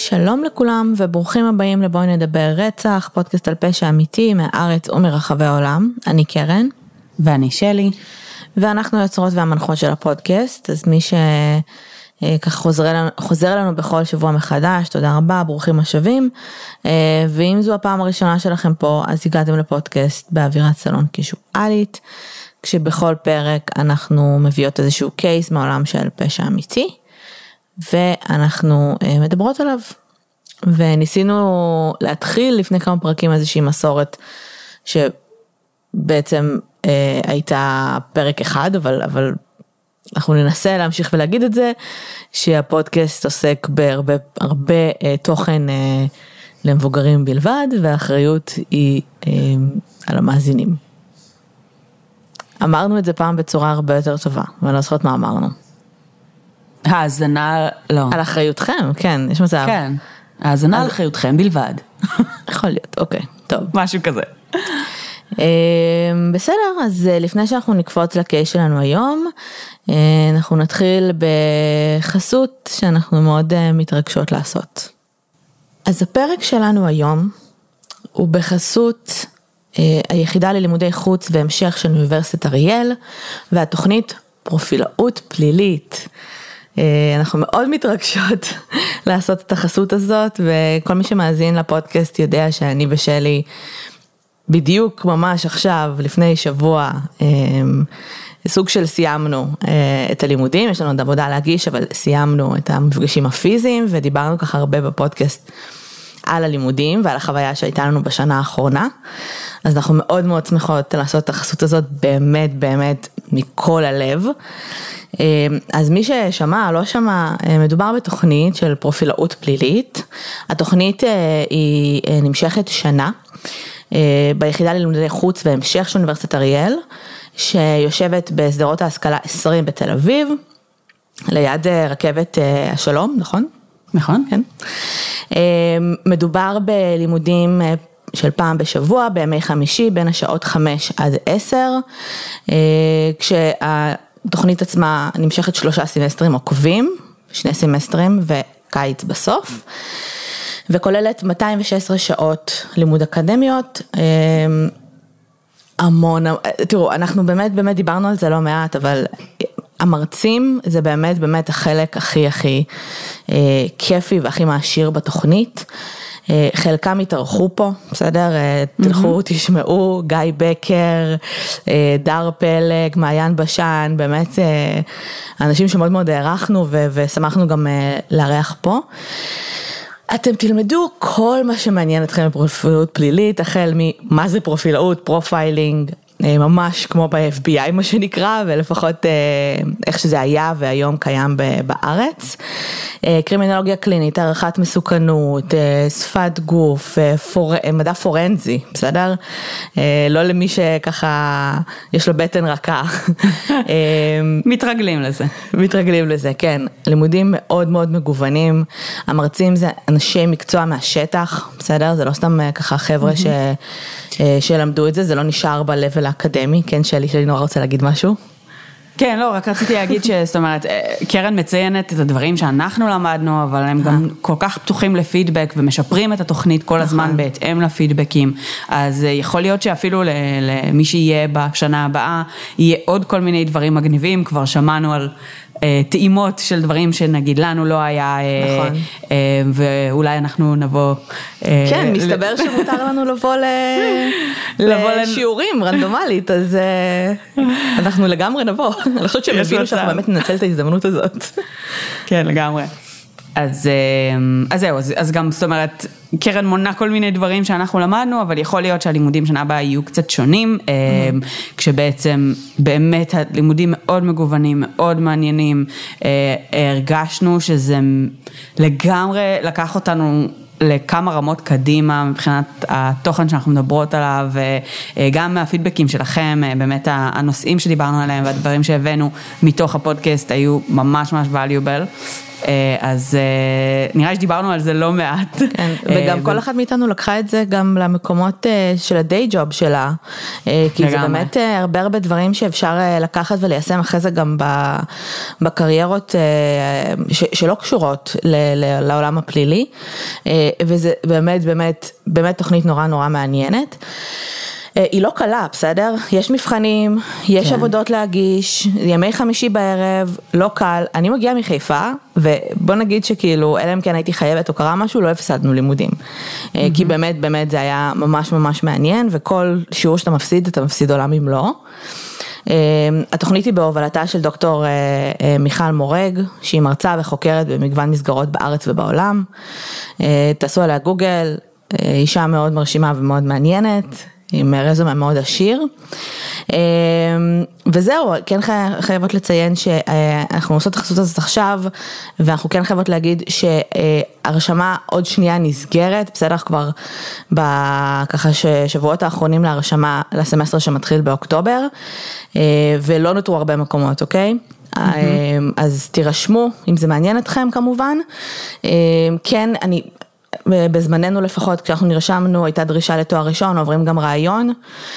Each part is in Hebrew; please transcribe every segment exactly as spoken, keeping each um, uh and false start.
שלום לכולם וברוכים הבאים לבואי נדבר רצח, פודקאסט על פשע אמיתי מהארץ ומרחבי העולם. אני קרן. ואני שלי. ואנחנו יוצרות והמנחות של הפודקאסט, אז מי שככה חוזר, חוזר לנו בכל שבוע מחדש, תודה רבה, ברוכים השבים. ואם זו הפעם הראשונה שלכם פה, אז הגעתם לפודקאסט באווירת סלון קישואלית, כשבכל פרק אנחנו מביאות איזשהו קייס מהעולם של פשע אמיתי, ואנחנו מדברות עליו, וניסינו להתחיל לפני כמה פרקים איזושהי מסורת, שבעצם אה, הייתה פרק אחד, אבל, אבל אנחנו ננסה להמשיך ולהגיד את זה, שהפודקאסט עוסק בהרבה הרבה, אה, תוכן אה, למבוגרים בלבד, והאחריות היא אה, על המאזינים. אמרנו את זה פעם בצורה הרבה יותר טובה, ואני לא זוכרת מה אמרנו. האזנה, לא. על אחריותכם, כן, יש מצב. כן, האזנה על אחריותכם בלבד. יכול להיות, אוקיי, טוב. משהו כזה. בסדר, אז לפני שאנחנו נקפוץ לקייס שלנו היום, אנחנו נתחיל בחסות שאנחנו מאוד מתרגשות לעשות. אז הפרק שלנו היום הוא בחסות היחידה ללימודי חוץ והמשך של אוניברסיטת אריאל, והתוכנית פרופילאות פלילית. אנחנו מאוד מתרגשות לעשות את החסות הזאת, וכל מי שמאזין לפודקאסט יודע שאני ושלי בדיוק ממש עכשיו, לפני שבוע, סוג של סיימנו את הלימודים, יש לנו עוד עבודה להגיש, אבל סיימנו את המפגשים הפיזיים, ודיברנו ככה הרבה בפודקאסט על הלימודים ועל החוויה שהייתה לנו בשנה האחרונה, אז אנחנו מאוד מאוד שמחות לעשות את החסות הזאת באמת באמת מכל הלב. אז מי ששמע, לא שמע, מדובר בתוכנית של פרופילאות פלילית. התוכנית היא נמשכת שנה, ביחידה ללימודי חוץ והמשך של אוניברסיטת אריאל, שיושבת בסדרות ההשכלה עשרים בתל אביב, ליד רכבת השלום, נכון? נכון. כן. מדובר בלימודים של פעם בשבוע, בימי חמישי, בין השעות חמש עד עשר, כשהתוכנית עצמה נמשכת שלושה סמסטרים עוקבים, שני סמסטרים וקיץ בסוף, וכוללת מאתיים ושש עשרה שעות לימוד אקדמיות, המון, תראו, אנחנו באמת באמת דיברנו על זה לא מעט, אבל המרצים זה באמת באמת החלק הכי הכי אה, כיפי והכי מעשיר בתוכנית. אה, חלקם התארחו פה, בסדר? אה, תלכו, תשמעו, גיא בקר, אה, דר פלג, מעיין בשן, באמת אה, אנשים שמאוד מאוד הערכנו ו- ושמחנו גם אה, לארח פה. אתם תלמדו כל מה שמעניין אתכם בפרופילאות פלילית, החל ממה זה פרופילאות, פרופיילינג, ממש כמו ב-אף בי איי מה שנקרא, ולפחות איך שזה היה והיום קיים בארץ. קרימינולוגיה קלינית, הערכת מסוכנות, שפת גוף, פור... מדע פורנזי, בסדר? לא למי שככה יש לו בטן רכה. מתרגלים לזה. מתרגלים לזה, כן. לימודים מאוד מאוד מגוונים. המרצים זה אנשי מקצוע מהשטח, בסדר? זה לא סתם ככה חבר'ה ש... שלמדו את זה, זה לא נשאר ב-level האקדמי, כן, שלי, שלי נורא רוצה להגיד משהו? כן, לא, רק רציתי להגיד שזאת אומרת, קרן מציינת את הדברים שאנחנו למדנו, אבל הם גם כל כך פתוחים לפידבק, ומשפרים את התוכנית כל הזמן בהתאם לפידבקים, אז יכול להיות שאפילו למי שיהיה בשנה הבאה, יהיה עוד כל מיני דברים מגניבים, כבר שמענו על טעימות של דברים שנגיד לנו לא היה, נכון. ואולי אנחנו נבוא... כן, מסתבר שמותר לנו לבוא לשיעורים רנדומלית, אז אנחנו לגמרי נבוא. אני חושבת שהם הבינו שאנחנו באמת ננצל את ההזדמנות הזאת. כן, לגמרי. אז, אז זהו, אז, אז גם, זאת אומרת, קרן מונה כל מיני דברים שאנחנו למדנו, אבל יכול להיות שהלימודים שנה הבאה יהיו קצת שונים, mm-hmm. כשבעצם באמת הלימודים מאוד מגוונים, מאוד מעניינים, הרגשנו שזה לגמרי לקח אותנו לכמה רמות קדימה מבחינת התוכן שאנחנו מדברות עליו, וגם מהפידבקים שלכם, באמת הנושאים שדיברנו עליהם והדברים שהבאנו מתוך הפודקאסט היו ממש ממש valuable. אז נראה שדיברנו על זה לא מעט. כן, וגם כל אחת מאיתנו לקחה את זה גם למקומות של הדיי ג'וב שלה, כי זה באמת הרבה הרבה דברים שאפשר לקחת וליישם אחרי זה גם בקריירות שלא קשורות לעולם הפלילי, וזה באמת באמת באמת תוכנית נורא נורא מעניינת. היא לא קלה, בסדר? יש מבחנים, יש כן. עבודות להגיש, ימי חמישי בערב, לא קל. אני מגיעה מחיפה, ובוא נגיד שכאילו, אלא אם כן הייתי חייבת או קרה משהו, לא הפסדנו לימודים. Mm-hmm. כי באמת, באמת זה היה ממש ממש מעניין, וכל שיעור שאתה מפסיד, אתה מפסיד עולם אם לא. התוכנית היא בהובלתה של דוקטור מיכל מורג, שהיא מרצה וחוקרת במגוון מסגרות בארץ ובעולם. תעשו עליה גוגל, אישה מאוד מרשימה ומאוד מעניינת. עם רזומה מאוד עשיר, וזהו, כן חייבות לציין שאנחנו עושות החסות הזאת עכשיו, ואנחנו כן חייבות להגיד שהרשמה עוד שנייה נסגרת, בסדר כבר בככה שבועות האחרונים להרשמה לסמסטר שמתחיל באוקטובר, ולא נותרו הרבה מקומות, אוקיי? אז תירשמו, אם זה מעניין אתכם כמובן, כן, אני... בזמננו לפחות, כשאנחנו נרשמנו, הייתה דרישה לתואר ראשון, עוברים גם רעיון.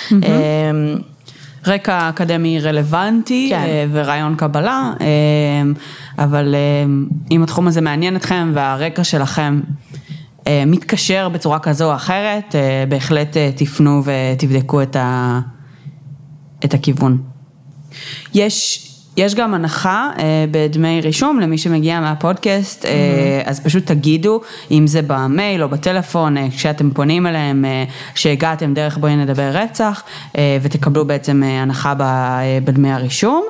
רקע אקדמי רלוונטי ורעיון קבלה, אבל אם התחום הזה מעניין אתכם והרקע שלכם מתקשר בצורה כזו או אחרת, בהחלט תפנו ותבדקו את הכיוון. יש... יש גם הנחה בדמי רישום למי שמגיע מהפודקאסט, אז פשוט תגידו אם זה במייל או בטלפון, כשאתם פונים אליהם שהגעתם דרך בואי נדבר רצח, ותקבלו בעצם הנחה בדמי הרישום,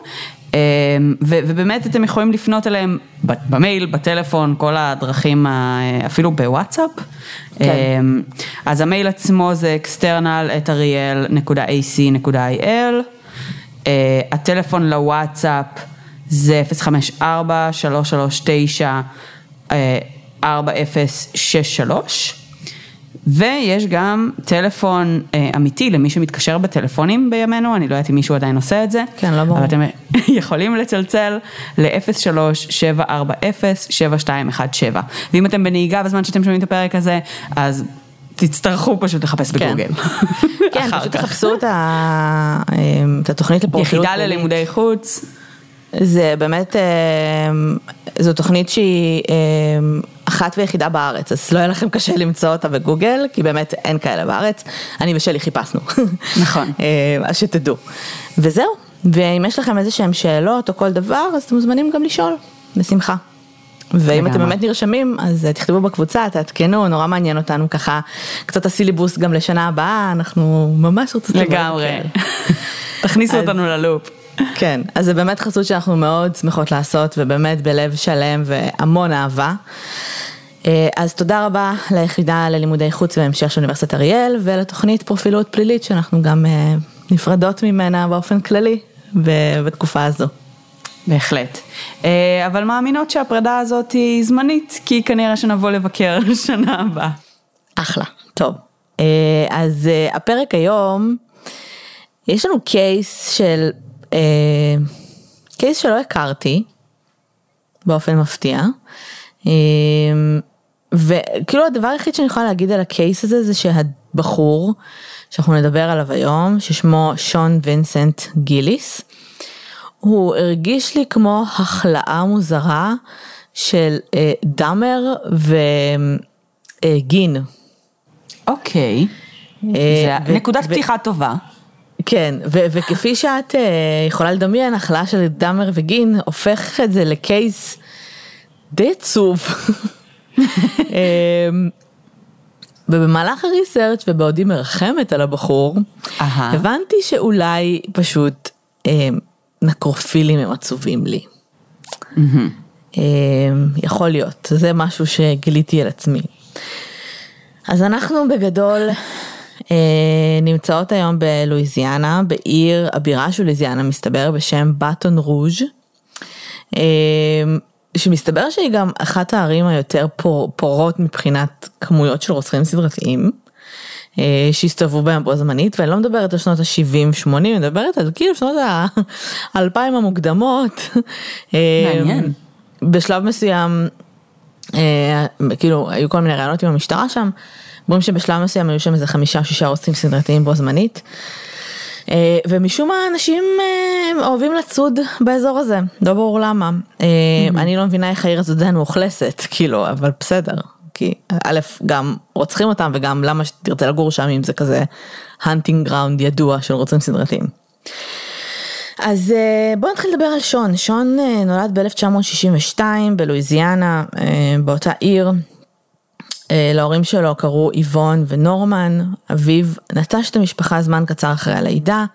ובאמת אתם יכולים לפנות אליהם במייל, בטלפון, כל הדרכים, אפילו בוואטסאפ. אז המייל עצמו זה external at ariel dot a c dot i l, Uh, הטלפון לוואטסאפ זה אפס חמש ארבע שלוש שלוש תשע ארבע אפס שש שלוש, ויש גם טלפון uh, אמיתי למי שמתקשר בטלפונים בימינו, אני לא יודעת אם מישהו עדיין עושה את זה, כן, לא ברור. אבל אתם יכולים לצלצל ל-אפס שלוש שבע ארבע אפס שבע שתיים אחת שבע, ואם אתם בנהיגה בזמן שאתם שומעים את הפרק הזה, אז תצטרכו פשוט לחפש בגוגל. כן, פשוט תחפשו את התוכנית לפרופילות. יחידה ללימודי חוץ. זה באמת, זו תוכנית שהיא אחת ויחידה בארץ, אז לא יהיה לכם קשה למצוא אותה בגוגל, כי באמת אין כאלה בארץ. אני ושלי חיפשנו. נכון. אז שתדעו. וזהו. ואם יש לכם איזה שהם שאלות או כל דבר, אז אתם מוזמנים גם לשאול. בשמחה. ואם אתם באמת נרשמים, אז תכתבו בקבוצה, תעדכנו, נורא מעניין אותנו ככה, קצת הסילבוס גם לשנה הבאה, אנחנו ממש רוצות לגמרי. תכניסו אותנו ללופ. כן, אז זה באמת חסות שאנחנו מאוד שמחות לעשות, ובאמת בלב שלם והמון אהבה. אז תודה רבה ליחידה ללימודי חוץ והמשך של אוניברסיטת אריאל, ולתוכנית פרופילות פלילית, שאנחנו גם נפרדות ממנה באופן כללי, בתקופה הזו. בהחלט. אבל מאמינות שהפרידה הזאת היא זמנית, כי כנראה שנבוא לבקר שנה הבאה. אחלה, טוב. אז הפרק היום, יש לנו קייס של, קייס שלא הכרתי, באופן מפתיע, וכאילו הדבר היחיד שאני יכולה להגיד על הקייס הזה, זה שהבחור, שאנחנו נדבר עליו היום, ששמו שון וינסנט גיליס, הוא הרגיש לי כמו החלאה מוזרה של אה, דאמר וגין. אוקיי, אה, זה נקודת פתיחה טובה. כן, ו- וכפי שאת אה, יכולה לדמיין, החלאה של דאמר וגין הופך את זה לקייס די עצוב. ובמהלך הריסרצ' ובעודי מרחמת על הבחור, הבנתי שאולי פשוט אה, נקרופילים הם עצובים לי. יכול להיות, זה משהו שגיליתי על עצמי. אז אנחנו בגדול נמצאות היום בלואיזיאנה, בעיר הבירה של לואיזיאנה, מסתבר בשם באטון רוז', שמסתבר שהיא גם אחת הערים היותר פורות מבחינת כמויות של רוצחים סדרתיים, שהסתובבו בהם בו זמנית, ואני לא מדברת על שנות ה-שבעים שמונים, אני מדברת על כאילו שנות ה-אלפיים המוקדמות. מעניין. בשלב מסוים, כאילו, היו כל מיני רעיונות עם המשטרה שם, אומרים שבשלב מסוים היו שם איזה חמישה או שישה עושים סדרתיים בו זמנית, ומשום מה אנשים אוהבים לצוד באזור הזה, לא ברור למה. אני לא מבינה איך העיר הזאת עדיין מאוכלסת, כאילו, אבל בסדר. כי א', גם רוצחים אותם, וגם למה שתרצה לגור שם, אם זה כזה hunting ground ידוע של רוצחים סדרתיים. אז בואו נתחיל לדבר על שון. שון נולד ב-אלף תשע מאות שישים ושתיים בלואיזיאנה, באותה עיר. להורים שלו קראו איבון ונורמן. אביו נטש את המשפחה זמן קצר אחרי הלידה,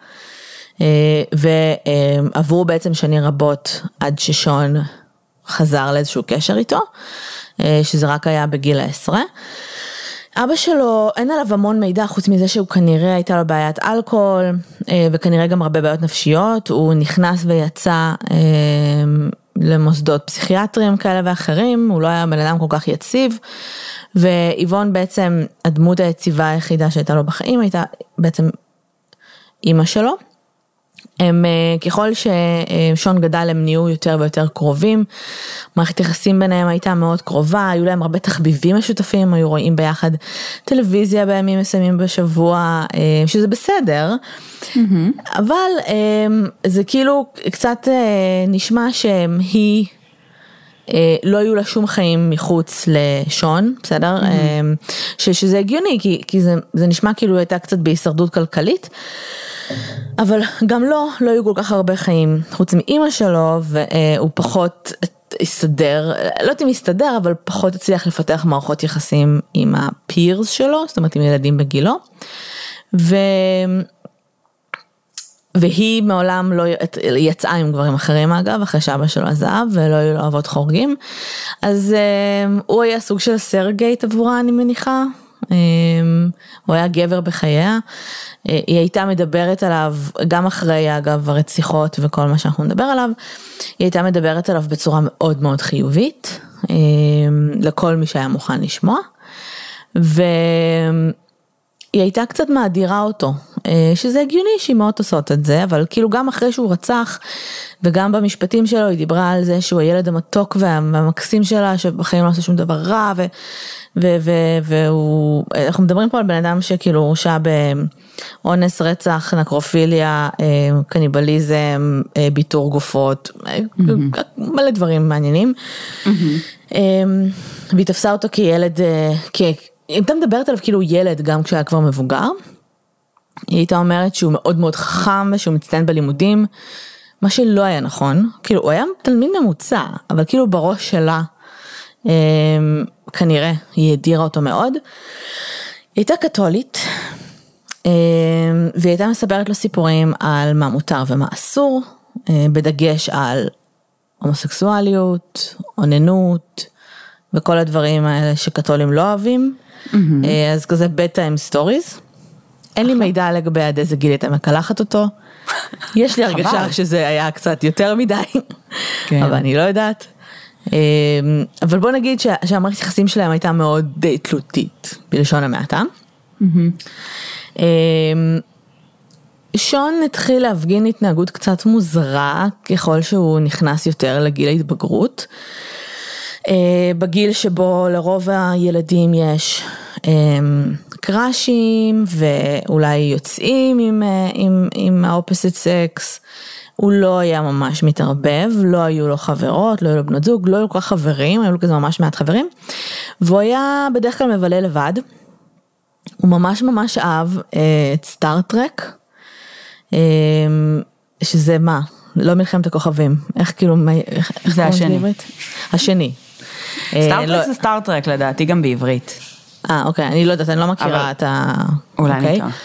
ועברו בעצם שנים רבות עד ששון חזר לאיזשהו קשר איתו, שזה רק היה בגיל העשרה. אבא שלו, אין עליו המון מידע, חוץ מזה שהוא כנראה הייתה לו בעיית אלכוהול, וכנראה גם הרבה בעיות נפשיות. הוא נכנס ויצא למוסדות פסיכיאטריים כאלה ואחרים, הוא לא היה בן אדם כל כך יציב, ואיבון בעצם, הדמות היציבה היחידה שהייתה לו בחיים, הייתה בעצם אמא שלו. הם, ככל ששון גדל, הם נהיו יותר ויותר קרובים, מערכת יחסים ביניהם הייתה מאוד קרובה, היו להם הרבה תחביבים משותפים, היו רואים ביחד טלוויזיה בימים מסוימים בשבוע, שזה בסדר, mm-hmm. אבל זה כאילו קצת נשמע שהיא, לא היו לה שום חיים מחוץ לשון, בסדר? Mm-hmm. שזה הגיוני, כי, כי זה, זה נשמע כאילו הייתה קצת בהישרדות כלכלית, אבל גם לא, לא היו כל כך הרבה חיים, חוץ מאמא שלו, והוא פחות הסתדר, לא יודעת אם הסתדר, אבל פחות הצליח לפתח מערכות יחסים עם הפירס שלו, זאת אומרת עם ילדים בגילו, ו... והיא מעולם לא יצאה עם גברים אחרים אגב, אחרי שאבא שלו עזב, ולא היו לו אבות חורגים, אז הוא היה סוג של סרגייט עבורה, אני מניחה, הוא היה גבר בחייה, היא הייתה מדברת עליו, גם אחרי אגב הרציחות וכל מה שאנחנו נדבר עליו, היא הייתה מדברת עליו בצורה מאוד מאוד חיובית, לכל מי שהיה מוכן לשמוע, והיא הייתה קצת מאדירה אותו, שזה הגיוני שהיא מאוד עושות את זה, אבל כאילו גם אחרי שהוא רצח, וגם במשפטים שלו היא דיברה על זה שהוא הילד המתוק והמקסים שלה, שבחיים לא עושה שום דבר רע, ו... והוא, אנחנו מדברים פה על בן אדם שכאילו הורשע באונס, רצח, נקרופיליה, קניבליזם, ביטור גופות, מלא דברים מעניינים. והיא תפסה אותו כילד, אם אתה מדברת עליו כאילו ילד גם כשהיה כבר מבוגר, היא הייתה אומרת שהוא מאוד מאוד חכם ושהוא מצטיין בלימודים, מה שלא היה נכון, כאילו הוא היה תלמיד ממוצע, אבל כאילו בראש שלה, כנראה היא הדירה אותו מאוד. היא הייתה קתולית, והיא הייתה מספרת לו סיפורים על מה מותר ומה אסור, בדגש על הומוסקסואליות, אוננות, וכל הדברים האלה שקתולים לא אוהבים, אז כזה bedtime stories. אין לי מידע לגבי עד איזה גיל הייתה מקלחת אותו, יש לי הרגשה שזה היה קצת יותר מדי, אבל אני לא יודעת. אבל בוא נגיד שהמערכת יחסים שלהם הייתה מאוד די תלותית, בלשון המעטה. שון התחיל להפגין התנהגות קצת מוזרה, ככל שהוא נכנס יותר לגיל ההתבגרות, בגיל שבו לרוב הילדים יש קראשים, ואולי יוצאים עם, עם, עם האופוסיט סקס, הוא לא היה ממש מתערבב, לא היו לו חברות, לא היו לו בנות זוג, לא היו לו כל כך חברים, היו לו כזה ממש מעט חברים, והוא היה בדרך כלל מבלה לבד, הוא ממש ממש אהב את סטארטרק, שזה מה? לא מלחמת הכוכבים, איך כאילו, איך, איך זה השני. השני. סטארטרק זה סטארטרק לדעתי, גם בעברית. אה, אוקיי, אני לא יודעת, אני לא מכירה את ה... אולי אני טועה.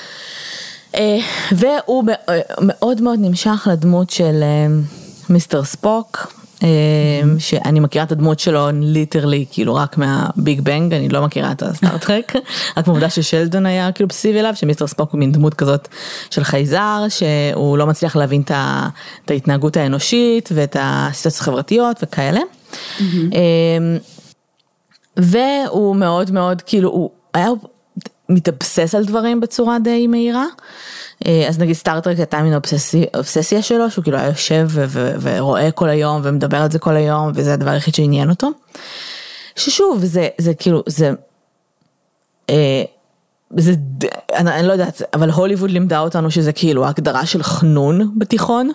והוא מאוד מאוד נמשך לדמות של מיסטר ספוק, שאני מכירה את הדמות שלו ליטרלי, כאילו רק מהביג בנג, אני לא מכירה את הסטארטרק, רק מעובדה ששלדון היה כאילו פסיבי אליו, שמיסטר ספוק הוא מין דמות כזאת של חייזר, שהוא לא מצליח להבין את ההתנהגות האנושית, ואת הסיטואציות החברתיות וכאלה. והוא מאוד מאוד, כאילו, הוא היה מתאבסס על דברים בצורה די מהירה, אז נגיד סטארטרק הייתה מן האובססיה שלו, שהוא כאילו היה יושב ורואה כל היום ומדבר על זה כל היום, וזה הדבר היחיד שעניין אותו, ששוב, זה, זה כאילו, זה, זה, אני, אני לא יודעת, אבל הוליווד לימדה אותנו שזה כאילו ההגדרה של חנון בתיכון,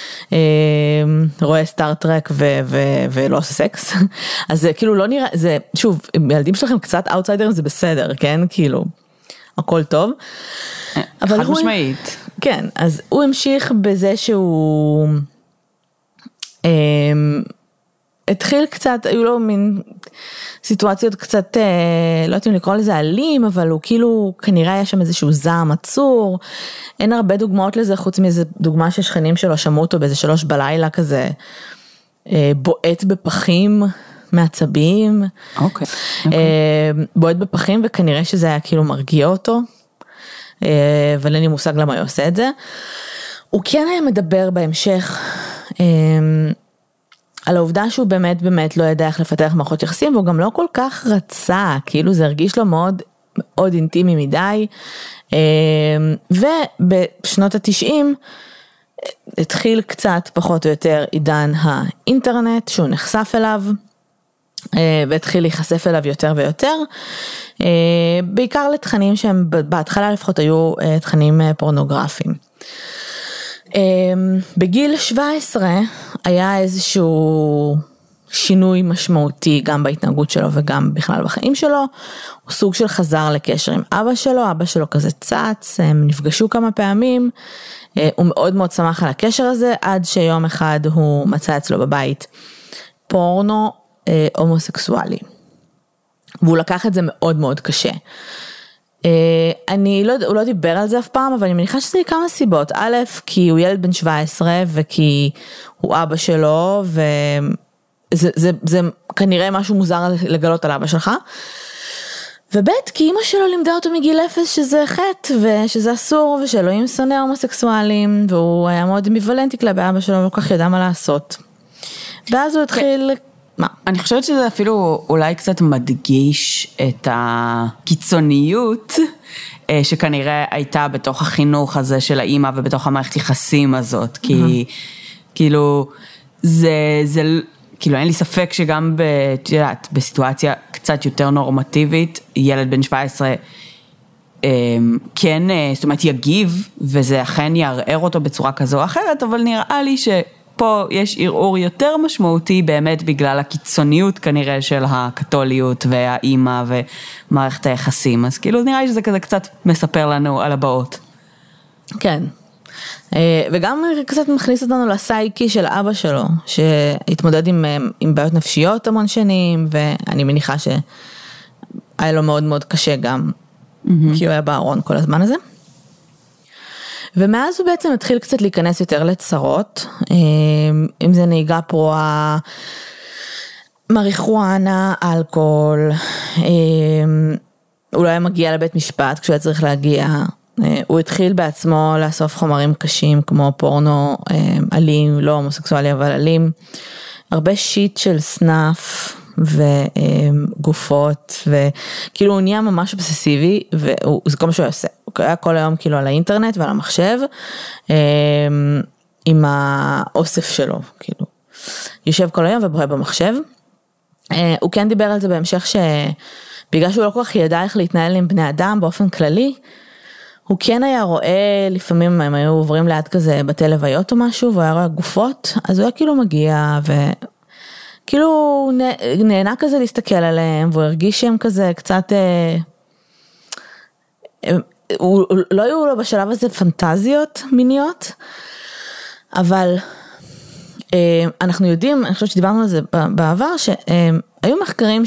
רואה סטארטרק ו, ו, ולא עושה סקס, אז זה כאילו לא נראה, זה, שוב, ילדים שלכם קצת אאוטסיידרים זה בסדר, כן, כאילו, הכל טוב. חד משמעית. כן, אז הוא המשיך בזה שהוא אה, התחיל קצת, היו לו מין סיטואציות קצת, אה, לא יודעת אם לקרוא לזה אלים, אבל הוא כאילו, כנראה היה שם איזשהו זעם עצור, אין הרבה דוגמאות לזה, חוץ מאיזה דוגמה ששכנים שלו שמעו אותו באיזה שלוש בלילה כזה, אה, בועט בפחים מעצבים, אוקיי. אה, בועט בפחים, וכנראה שזה היה כאילו מרגיע אותו, אבל אין לי מושג למה הוא עושה את זה. הוא כן היה מדבר בהמשך על העובדה שהוא באמת באמת לא ידע איך לפתח מערכות יחסים, והוא גם לא כל כך רצה, כאילו זה הרגיש לו מאוד מאוד אינטימי מדי, ובשנות התשעים התחיל קצת פחות או יותר עידן האינטרנט שהוא נחשף אליו, והתחיל להיחשף אליו יותר ויותר, בעיקר לתכנים שהם בהתחלה לפחות היו תכנים פורנוגרפיים. בגיל שבע עשרה היה איזשהו שינוי משמעותי גם בהתנהגות שלו וגם בכלל בחיים שלו, הוא סוג של חזר לקשר עם אבא שלו, אבא שלו כזה צץ, הם נפגשו כמה פעמים, הוא מאוד מאוד שמח על הקשר הזה, עד שיום אחד הוא מצא אצלו בבית פורנו הומוסקסואלי, והוא לקח את זה מאוד מאוד קשה. אני לא, הוא לא דיבר על זה אף פעם, אבל אני מניחה שזה כמה סיבות. א', כי הוא ילד בן שבע עשרה, וכי הוא אבא שלו, וזה זה, זה כנראה משהו מוזר לגלות על אבא שלך. וב', כי אמא שלו לימדה אותו מגיל אפס שזה חטא, ושזה אסור, ושאלוהים שונא הומוסקסואלים, והוא היה מאוד אמביוולנטי כלפי אבא שלו, ולא כך ידע מה לעשות. ואז הוא התחיל... מה? אני חושבת שזה אפילו אולי קצת מדגיש את הקיצוניות שכנראה הייתה בתוך החינוך הזה של האמא ובתוך המערכת יחסים הזאת, כי כאילו זה, זה, כאילו אין לי ספק שגם ב, יודעת, בסיטואציה קצת יותר נורמטיבית, ילד בן שבע עשרה כן, זאת אומרת יגיב, וזה אכן יערער אותו בצורה כזו או אחרת, אבל נראה לי ש... פה יש ערעור יותר משמעותי באמת בגלל הקיצוניות כנראה של הקתוליות והאימא ומערכת היחסים, אז כאילו נראה לי שזה כזה קצת מספר לנו על הבאות. כן, וגם קצת מכניס אותנו לסייקי של אבא שלו, שהתמודד עם, עם בעיות נפשיות המון שנים, ואני מניחה שהיה לו מאוד מאוד קשה גם, mm-hmm. כי הוא היה בארון כל הזמן הזה. ומאז הוא בעצם התחיל קצת להיכנס יותר לצרות, אם זה נהיגה פרועה, מריחואנה, אלכוהול, הוא לא היה מגיע לבית משפט כשהוא היה צריך להגיע, הוא התחיל בעצמו לאסוף חומרים קשים כמו פורנו אלים, לא הומוסקסואלי אבל אלים, הרבה שיט של סנאף וגופות, וכאילו הוא נהיה ממש אובססיבי, וזה כל מה שהוא עושה, הוא היה כל היום כאילו על האינטרנט ועל המחשב, עם האוסף שלו, כאילו, יושב כל היום ובוהה במחשב, הוא כן דיבר על זה בהמשך שבגלל שהוא לא כל כך ידע איך להתנהל עם בני אדם באופן כללי, הוא כן היה רואה, לפעמים הם היו עוברים ליד כזה בתי לוויות או משהו, והוא היה רואה גופות, אז הוא היה כאילו מגיע ו... כאילו הוא נהנה כזה להסתכל עליהם, והוא הרגיש שהם כזה קצת, הוא, לא היו לו בשלב הזה פנטזיות מיניות, אבל אנחנו יודעים, אני חושבת שדיברנו על זה בעבר, שהיו מחקרים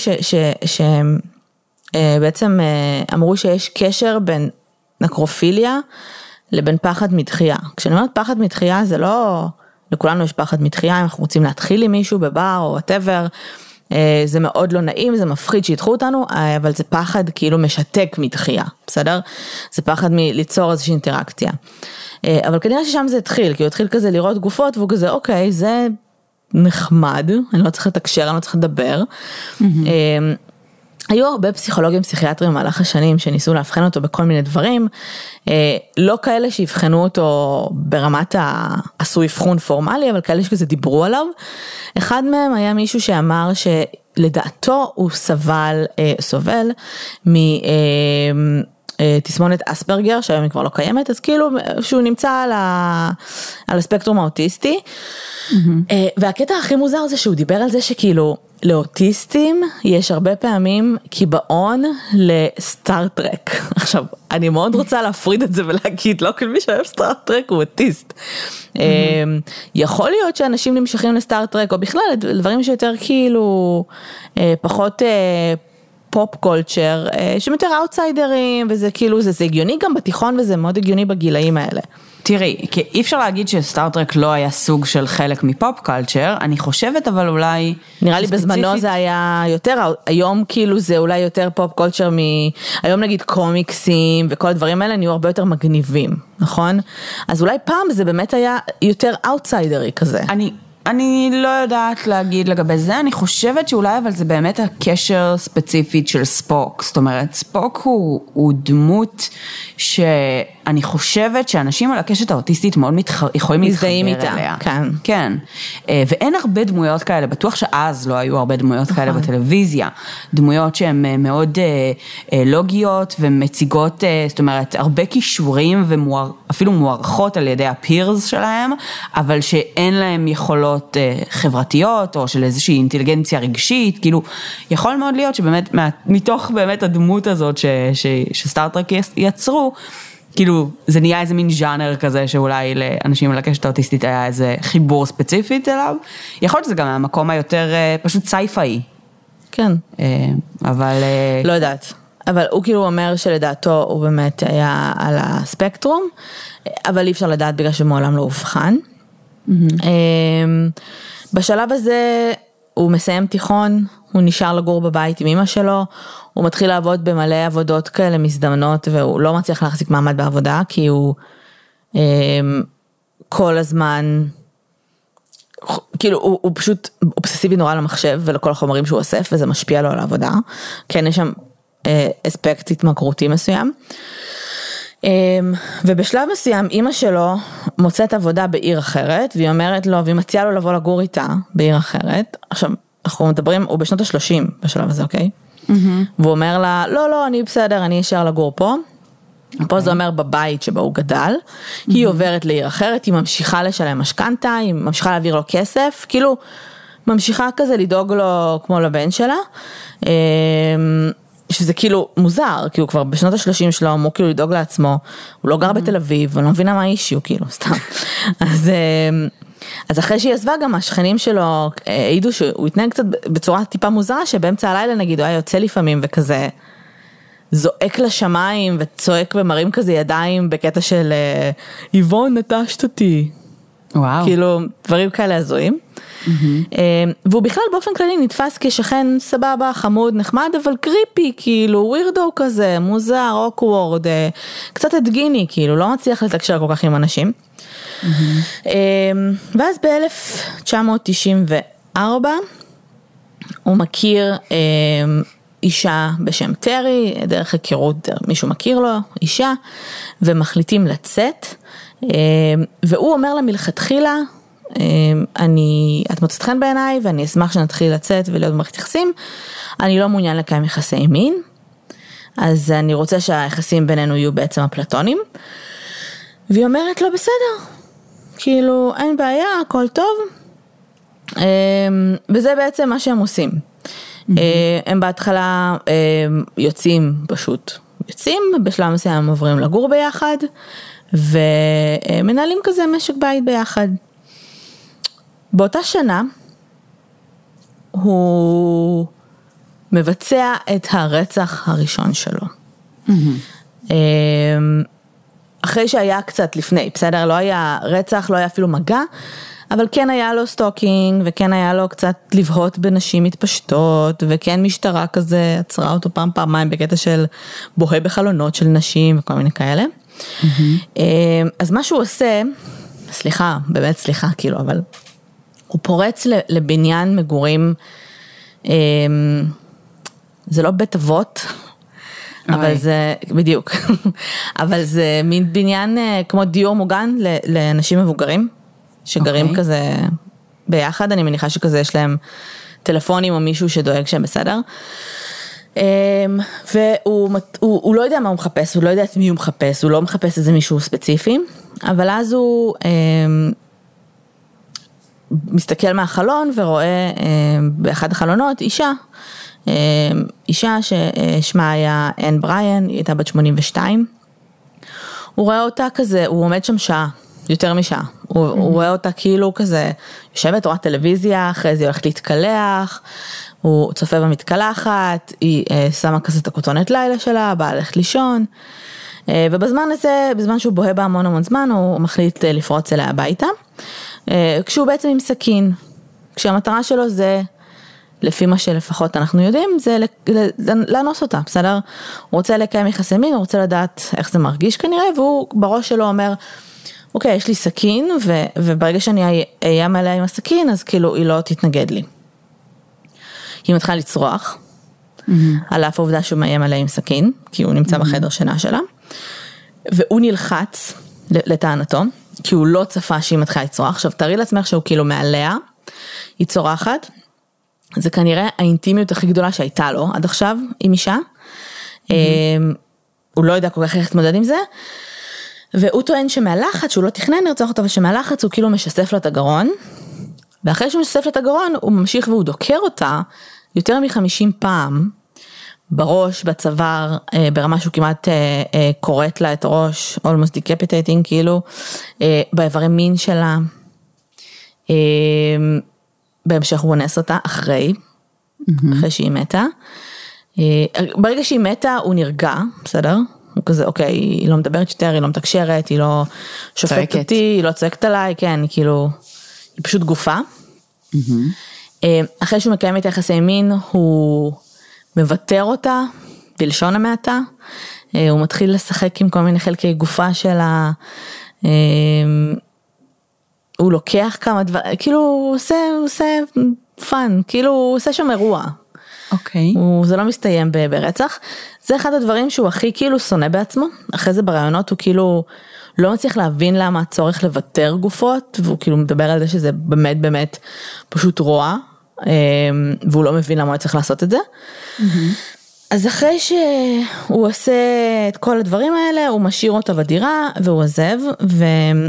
שבעצם אמרו שיש קשר בין נקרופיליה לבין פחד מדחייה. כשאני אומרת פחד מדחייה זה לא... לכולנו יש פחד מתחייה, אם אנחנו רוצים להתחיל עם מישהו בבר או whatever, זה מאוד לא נעים, זה מפחיד שידחו אותנו, אבל זה פחד כאילו משתק מתחייה, בסדר? זה פחד מליצור איזושהי אינטראקציה. אבל כנראה ששם זה התחיל, כי הוא התחיל כזה לראות גופות, והוא כזה, אוקיי, זה נחמד, אני לא צריך לתקשר, אני לא צריך לדבר. היו הרבה פסיכולוגים פסיכיאטרים במהלך השנים שניסו להבחן אותו בכל מיני דברים, לא כאלה שיבחנו אותו ברמת העשוי אבחון פורמלי, אבל כאלה שכזה דיברו עליו. אחד מהם היה מישהו שאמר שלדעתו הוא סבל, סובל מ... תסמונת אספרגר, שהיום היא כבר לא קיימת, אז כאילו שהוא נמצא על, ה... על הספקטרום האוטיסטי, mm-hmm. והקטע הכי מוזר זה שהוא דיבר על זה שכאילו לאוטיסטים יש הרבה פעמים קיבעון לסטארטרק. עכשיו, אני מאוד רוצה להפריד את זה ולהגיד, לא כל מי שאוהב סטארטרק הוא אוטיסט. Mm-hmm. יכול להיות שאנשים נמשכים לסטארטרק, או בכלל דברים שיותר כאילו פחות... פופ קולצ'ר, שהם יותר אאוטסיידרים, וזה כאילו, זה, זה הגיוני גם בתיכון, וזה מאוד הגיוני בגילאים האלה. תראי, כי אי אפשר להגיד שסטארטרק לא היה סוג של חלק מפופ קולצ'ר, אני חושבת אבל אולי... נראה לי ספציפית... בזמנו זה היה יותר, היום כאילו זה אולי יותר פופ קולצ'ר מ... היום נגיד קומיקסים, וכל הדברים האלה נהיו הרבה יותר מגניבים, נכון? אז אולי פעם זה באמת היה יותר אאוטסיידרי כזה. אני... אני לא יודעת להגיד לגבי זה, אני חושבת שאולי אבל זה באמת הקשר ספציפית של ספוק, זאת אומרת ספוק הוא, הוא דמות שאני חושבת שאנשים על הקשת האוטיסטית מאוד מתח... יכולים להתחבר אליה. כן. כן, ואין הרבה דמויות כאלה, בטוח שאז לא היו הרבה דמויות כאלה בטלוויזיה, דמויות שהן מאוד לוגיות ומציגות, זאת אומרת הרבה כישורים ואפילו מוערכות על ידי הפירס שלהם, אבל שאין להם יכולות חברתיות, או של איזושהי אינטליגנציה רגשית, כאילו, יכול מאוד להיות שבאמת, מתוך באמת הדמות הזאת ש, ש, שסטארטרק יצרו, כאילו, זה נהיה איזה מין ז'אנר כזה, שאולי לאנשים על הקשת האוטיסטית היה איזה חיבור ספציפית אליו, יכול להיות שזה גם המקום היותר פשוט סייפאי. כן. אבל... לא יודעת. אבל הוא כאילו אומר שלדעתו הוא באמת היה על הספקטרום, אבל אי אפשר לדעת בגלל שמעולם לא הובחן. Mm-hmm. בשלב הזה הוא מסיים תיכון, הוא נשאר לגור בבית עם אמא שלו, הוא מתחיל לעבוד במלא עבודות כאלה מזדמנות, והוא לא מצליח להחזיק מעמד בעבודה, כי הוא כל הזמן, כאילו הוא, הוא פשוט אובססיבי נורא למחשב ולכל החומרים שהוא אוסף, וזה משפיע לו על העבודה, כן יש שם אספקט התמכרותי מסוים. ובשלב מסוים אמא שלו מוצאת עבודה בעיר אחרת, והיא אומרת לו, והיא מציעה לו לבוא לגור איתה בעיר אחרת. עכשיו אנחנו מדברים, הוא בשנות ה-שלושים בשלב הזה, אוקיי? Mm-hmm. והוא אומר לה, לא לא אני בסדר, אני אשאר לגור פה. Okay. פה זה אומר בבית שבו הוא גדל, mm-hmm. היא עוברת לעיר אחרת, היא ממשיכה לשלם משכנתה, היא ממשיכה להעביר לו כסף, כאילו ממשיכה כזה לדאוג לו כמו לבן שלה. שזה כאילו מוזר, כי הוא כבר בשנות ה-שלושים שלו, אמור כאילו לדאוג לעצמו, הוא לא גר בתל אביב, אני לא מבינה מה האישיו, כאילו, סתם. אז, אז אחרי שהיא עזבה גם, השכנים שלו העידו שהוא התנהג קצת בצורה טיפה מוזרה, שבאמצע הלילה נגיד, הוא היה יוצא לפעמים וכזה, זועק לשמיים וצועק ומרים כזה ידיים בקטע של, איבון נטשת אותי. וואו. כאילו, דברים כאלה הזויים. Mm-hmm. והוא בכלל באופן כללי נתפס כשכן סבבה, חמוד, נחמד, אבל קריפי, כאילו, ווירדו כזה, מוזר, אוקוורד, קצת הדגיני, כאילו, לא מצליח לתקשר כל כך עם אנשים. Mm-hmm. ואז ב-אלף תשע מאות תשעים וארבע, הוא מכיר אישה בשם טרי, דרך היכרות, מישהו מכיר לו, אישה, ומחליטים לצאת, והוא אומר לה מלכתחילה, אני, את מוצאת חן בעיניי, ואני אשמח שנתחיל לצאת ולהיות במערכת יחסים, אני לא מעוניין לקיים יחסי מין, אז אני רוצה שהיחסים בינינו יהיו בעצם אפלטונים, והיא אומרת לו בסדר, כאילו אין בעיה, הכל טוב, וזה בעצם מה שהם עושים. Mm-hmm. הם בהתחלה יוצאים פשוט, יוצאים, בשלב מסוים הם עוברים לגור ביחד, ומנהלים כזה משק בית ביחד. באותה שנה, הוא מבצע את הרצח הראשון שלו. Mm-hmm. אחרי שהיה קצת לפני, בסדר? לא היה רצח, לא היה אפילו מגע, אבל כן היה לו סטוקינג, וכן היה לו קצת לבהות בנשים מתפשטות, וכן משטרה כזה עצרה אותו פעם פעמיים בקטע של בוהה בחלונות של נשים וכל מיני כאלה. Mm-hmm. אז מה שהוא עושה, סליחה, באמת סליחה, כאילו, אבל הוא פורץ לבניין מגורים, זה לא בית אבות, אבל זה, בדיוק, אבל זה מין בניין כמו דיור מוגן לאנשים מבוגרים, שגרים כזה ביחד, אני מניחה שכזה יש להם טלפונים או מישהו שדואג שהם בסדר, והוא הוא, הוא לא יודע מה הוא מחפש, הוא לא יודע את מי הוא מחפש, הוא לא מחפש איזה מישהו ספציפי, אבל אז הוא מסתכל מהחלון ורואה באחד החלונות אישה, אישה ששמה היה אן בריין, היא הייתה בת שמונים ושתיים, הוא רואה אותה כזה, הוא עומד שם שעה, יותר משעה, הוא, mm-hmm. הוא רואה אותה כאילו כזה, יושבת, רואה טלוויזיה, אחרי זה היא הולכת להתקלח, הוא צופה במתקלחת, היא אה, שמה כזה את הכותונת לילה שלה, באה ללכת לישון, אה, ובזמן הזה, בזמן שהוא בוהה בה המון המון זמן, הוא מחליט אה, לפרוץ אליה הביתה, אה, כשהוא בעצם עם סכין, כשהמטרה שלו זה, לפי מה שלפחות אנחנו יודעים, זה לאנוס אותה, בסדר? הוא רוצה לקיים יחסי מין, הוא רוצה לדעת איך זה מרגיש כנראה, והוא בראש שלו אומר, אוקיי, יש לי סכין, ו- וברגע שאני אהיה מלאה עם הסכין, אז כאילו היא לא תתנגד לי. היא מתחילה לצרוח, mm-hmm. על אף העובדה שהוא מאיים עליה עם סכין, כי הוא נמצא mm-hmm. בחדר שינה שלה, והוא נלחץ לטענתו, כי הוא לא צפה שהיא מתחילה לצרוח. עכשיו, תראי לעצמך שהוא כאילו מעליה, היא צורחת, זה כנראה האינטימיות הכי גדולה שהייתה לו עד עכשיו עם אישה, mm-hmm. הוא לא יודע כל כך איך להתמודד עם זה, והוא טוען שמהלחץ, שהוא לא תכנן לרצוח אותו, אבל שמהלחץ הוא כאילו משסף לה את הגרון, ואחרי שהוא משסף לה את הגרון, הוא ממשיך והוא דוקר אותה יותר מחמישים פעם, בראש, בצוואר, ברמה שהוא כמעט קורט לה את הראש, almost decapitating, כאילו, באיברי מין שלה, בהמשך הוא אונס אותה, אחרי, אחרי שהיא מתה, ברגע שהיא מתה, הוא נרגע, בסדר? הוא כזה, אוקיי, היא לא מדברת יותר, היא לא מתקשרת, היא לא שופטת אותי, היא לא צועקת עליי, כן, היא כאילו, היא פשוט גופה. אחרי שהוא מקיים את יחסי מין, הוא מבטר אותה, בלשון המעטה, הוא מתחיל לשחק עם כל מיני חלקי גופה שלה, הוא לוקח כמה דבר, כאילו, הוא עושה, הוא עושה פן, כאילו, הוא עושה שם אירוע. אוקיי. הוא, זה לא מסתיים ברצח. זה אחד הדברים שהוא הכי כאילו שונא בעצמו. אחרי זה ברעיונות הוא כאילו לא מצליח להבין למה הצורך לוותר גופות, והוא כאילו מדבר על זה שזה באמת באמת פשוט רוע, והוא לא מבין למה הוא צריך לעשות את זה. Mm-hmm. אז אחרי שהוא עושה את כל הדברים האלה, הוא משאיר אותה בדירה, והוא עזב, ו...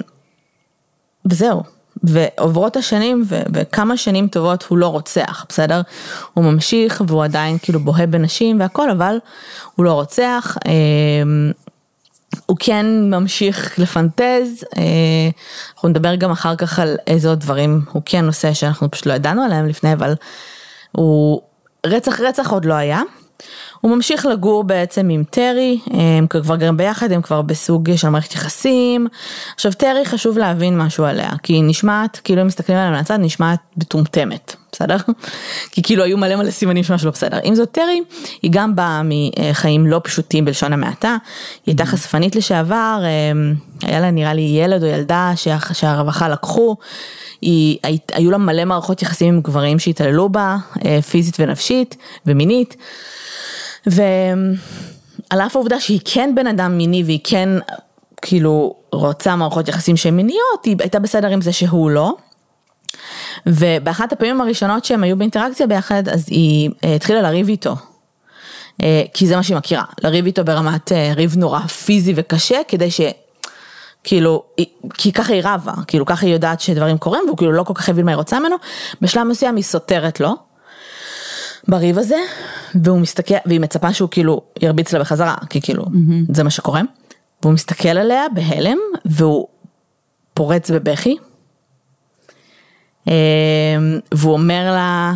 וזהו. ועוברות השנים, ו- וכמה שנים טובות הוא לא רוצח, בסדר? הוא ממשיך, והוא עדיין כאילו בוהה בנשים והכל, אבל הוא לא רוצח, אה, הוא כן ממשיך לפנטז, אה, אנחנו נדבר גם אחר כך על איזה עוד דברים, הוא כן נושא שאנחנו פשוט לא ידענו עליהם לפני, אבל הוא, רצח רצח עוד לא היה, הוא ממשיך לגור בעצם עם טרי, הם כבר גרים ביחד, הם כבר בסוג של מערכת יחסים. עכשיו טרי חשוב להבין משהו עליה, כי היא נשמעת, כאילו הם מסתכלים עליה מהצד, נשמעת בטומטמת, בסדר? כי כאילו היו מלא מלא סימנים שמשהו לא בסדר. אם זאת טרי, היא גם באה מחיים לא פשוטים בלשון המעטה, היא הייתה חשפנית לשעבר, היה לה נראה לי ילד או ילדה שהרווחה לקחו, היא, היו לה מלא מערכות יחסים עם גברים שהתעללו בה, פיזית ונפשית ומינית, ועל אף העובדה שהיא כן בן אדם מיני, והיא כן כאילו רוצה מערכות יחסים שהן מיניות, היא הייתה בסדר עם זה שהוא לא, ובאחת הפעמים הראשונות שהם היו באינטראקציה ביחד, אז היא התחילה לריב איתו, כי זה מה שהיא מכירה, לריב איתו ברמת ריב נורא פיזי וקשה, כדי ש... כאילו, כי ככה היא רבה, כאילו ככה היא יודעת שדברים קורים, והוא כאילו לא כל כך הבין מה היא רוצה ממנו, בשלב מסוים היא סותרת לו, בריב הזה, והוא מסתכל, והיא מצפה שהוא כאילו ירביץ לה בחזרה, כי כאילו, mm-hmm. זה מה שקורה, והוא מסתכל עליה בהלם, והוא פורץ בבכי, והוא אומר לה,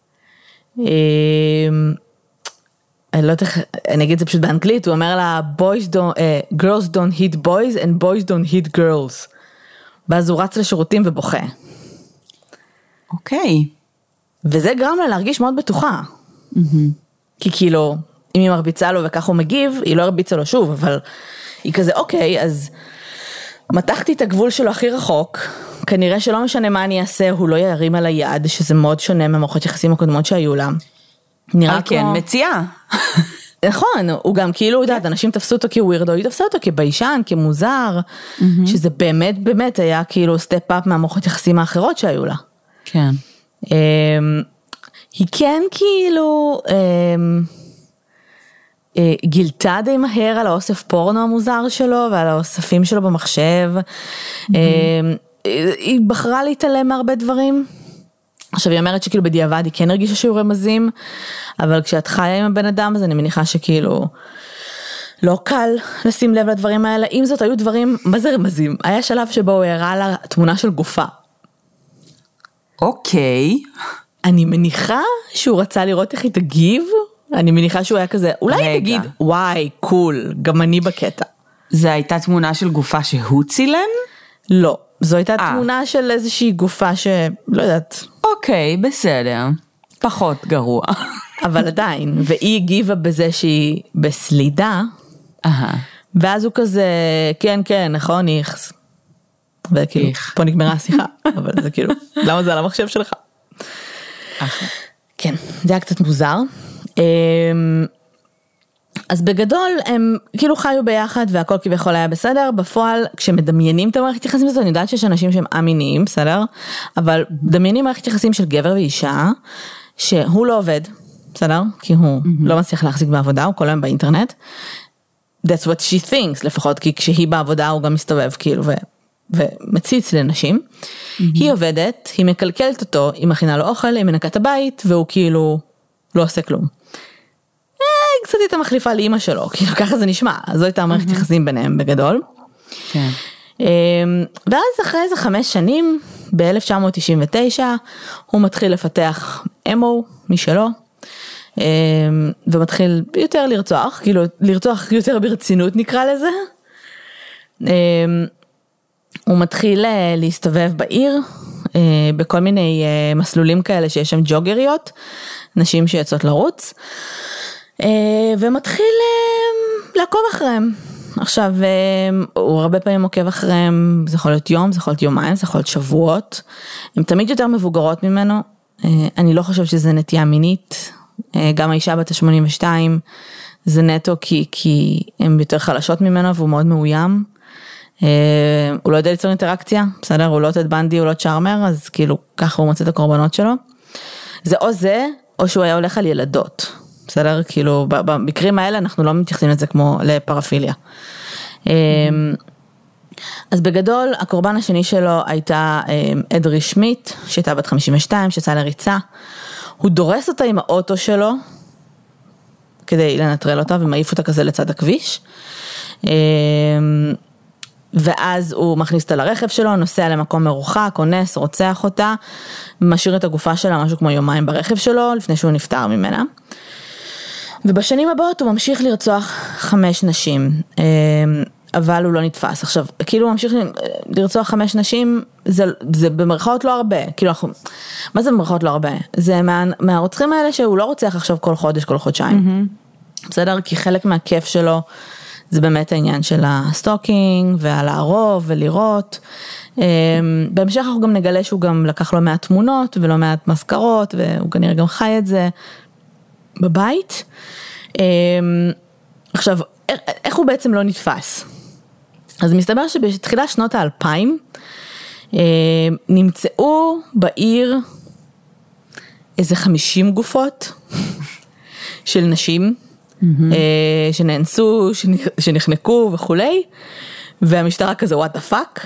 אני לא יודעת, אני אגיד את זה פשוט באנגלית, הוא אומר לה, boys don't, uh, girls don't hit boys, and boys don't hit girls, ואז הוא רץ לשירותים ובוכה. אוקיי. Okay. וזה גרם לה להרגיש מאוד בטוחה. Mm-hmm. כי כאילו, אם היא מרביצה לו וכך הוא מגיב, היא לא הרביצה לו שוב, אבל היא כזה, אוקיי, אז מתחתי את הגבול שלו הכי רחוק, כנראה שלא משנה מה אני אעשה, הוא לא ירים על היד, שזה מאוד שונה מהמערכות יחסים הקודמות שהיו לה. נראה כן, כמו... מציאה. נכון, הוא גם כאילו, יודעת, אנשים תפסו אותו כווירדו, היא תפסו אותו כביישן, כמוזר, שזה באמת, באמת היה כאילו סטפ-אפ מהמערכות יחסים האחרות שהיו לה. כן. היא כן כאילו גילתה די מהר על האוסף פורנו המוזר שלו, ועל האוספים שלו במחשב. היא בחרה להתעלם מהרבה דברים. עכשיו היא אומרת שכאילו בדיעבד היא כן הרגישה שהוא רמזים, אבל כשאת חיה עם הבן אדם, אז אני מניחה שכאילו לא קל לשים לב לדברים האלה. אם זאת היו דברים, מה זה רמזים? היה שלב שבו הוא הראה לה תמונה של גופה. אוקיי. אני מניחה שהוא רצה לראות איך היא תגיב, אני מניחה שהוא היה כזה, אולי היא תגיד, וואי, קול, גם אני בקטע. זה הייתה תמונה של גופה שהוא צילם? לא, זו הייתה 아. תמונה של איזושהי גופה שלא יודעת. אוקיי, בסדר. פחות גרוע. אבל עדיין, והיא הגיבה בזה שהיא בסלידה, אהה. ואז הוא כזה, כן, כן, נכון, איכס. וכאילו, פה נגמרה השיחה, אבל זה כאילו, למה זה על המחשב שלך? אחלה. כן, זה היה קצת מוזר. אז בגדול הם כאילו חיו ביחד והכל כביכול היה בסדר, בפועל כשמדמיינים את המערכת יחסים הזאת, אני יודעת שיש אנשים שהם אמיניים, בסדר? אבל דמיינים מערכת יחסים של גבר ואישה, שהוא לא עובד, בסדר? כי הוא לא מצליח להחזיק בעבודה, הוא כל היום באינטרנט. That's what she thinks, לפחות, כי כשהיא בעבודה הוא גם מסתובב כאילו ו... ומציץ לנשים. היא עובדת, היא מקלקלת אותו, היא מכינה לו אוכל, היא מנקה את הבית, והוא כאילו לא עושה כלום. קצת הייתה מחליפה לאמא שלו, כאילו ככה זה נשמע, אז זו הייתה מערכת יחסים ביניהם בגדול. כן. ואז אחרי איזה חמש שנים, ב-אלף תשע מאות תשעים ותשע, הוא מתחיל לפתח אמו משלו, ומתחיל יותר לרצוח, כאילו לרצוח יותר ברצינות נקרא לזה. הוא מתחיל להסתובב בעיר, בכל מיני מסלולים כאלה שיש שם ג'וגריות, נשים שיוצאות לרוץ, ומתחיל לעקוב אחריהם. עכשיו, הוא הרבה פעמים עוקב אחריהם, זה יכול להיות יום, זה יכול להיות יומיים, זה יכול להיות שבועות, הן תמיד יותר מבוגרות ממנו, אני לא חושבת שזה נטייה מינית, גם האישה בת ה-שמונים ושתיים, זה נטו כי, כי הן יותר חלשות ממנו, והוא מאוד מאוים, הוא לא יודע ליצור אינטראקציה, בסדר, הוא לא תד בנדי, הוא לא צ'ארמר, אז כאילו ככה הוא מוצא את הקורבנות שלו, זה או זה, או שהוא היה הולך על ילדות, בסדר, כאילו במקרים האלה אנחנו לא מתייחסים לזה כמו לפרפיליה. אז בגדול הקורבן השני שלו הייתה אדרי שמיט, שהייתה בת חמישים ושתיים, שיצאה לריצה, הוא דורס אותה עם האוטו שלו, כדי לנטרל אותה ומעיף אותה כזה לצד הכביש, ואז הוא מכניס אותה לרכב שלו, נוסע למקום מרוחק, אונס, רוצח אותה, משאיר את הגופה שלה משהו כמו יומיים ברכב שלו, לפני שהוא נפטר ממנה. ובשנים הבאות הוא ממשיך לרצוח חמש נשים, אבל הוא לא נתפס. עכשיו, כאילו הוא ממשיך לרצוח חמש נשים, זה, זה במרכאות לא הרבה, כאילו, מה זה במרכאות לא הרבה? זה מה, מהרוצחים האלה שהוא לא רוצח עכשיו כל חודש, כל חודשיים. Mm-hmm. בסדר? כי חלק מהכיף שלו, זה באמת העניין של הסטוקינג, ועל הערוב, ולראות. בהמשך אנחנו גם נגלה שהוא גם לקח לו מעט תמונות, ולא מעט מזכרות, והוא כנראה גם חי את זה בבית. עכשיו, איך הוא בעצם לא נתפס? אז מסתבר שבתחילה שנות האלפיים, נמצאו בעיר איזה חמישים גופות של נשים, שנאנסו, שנחנקו וכולי, והמשטרה כזה, what the fuck,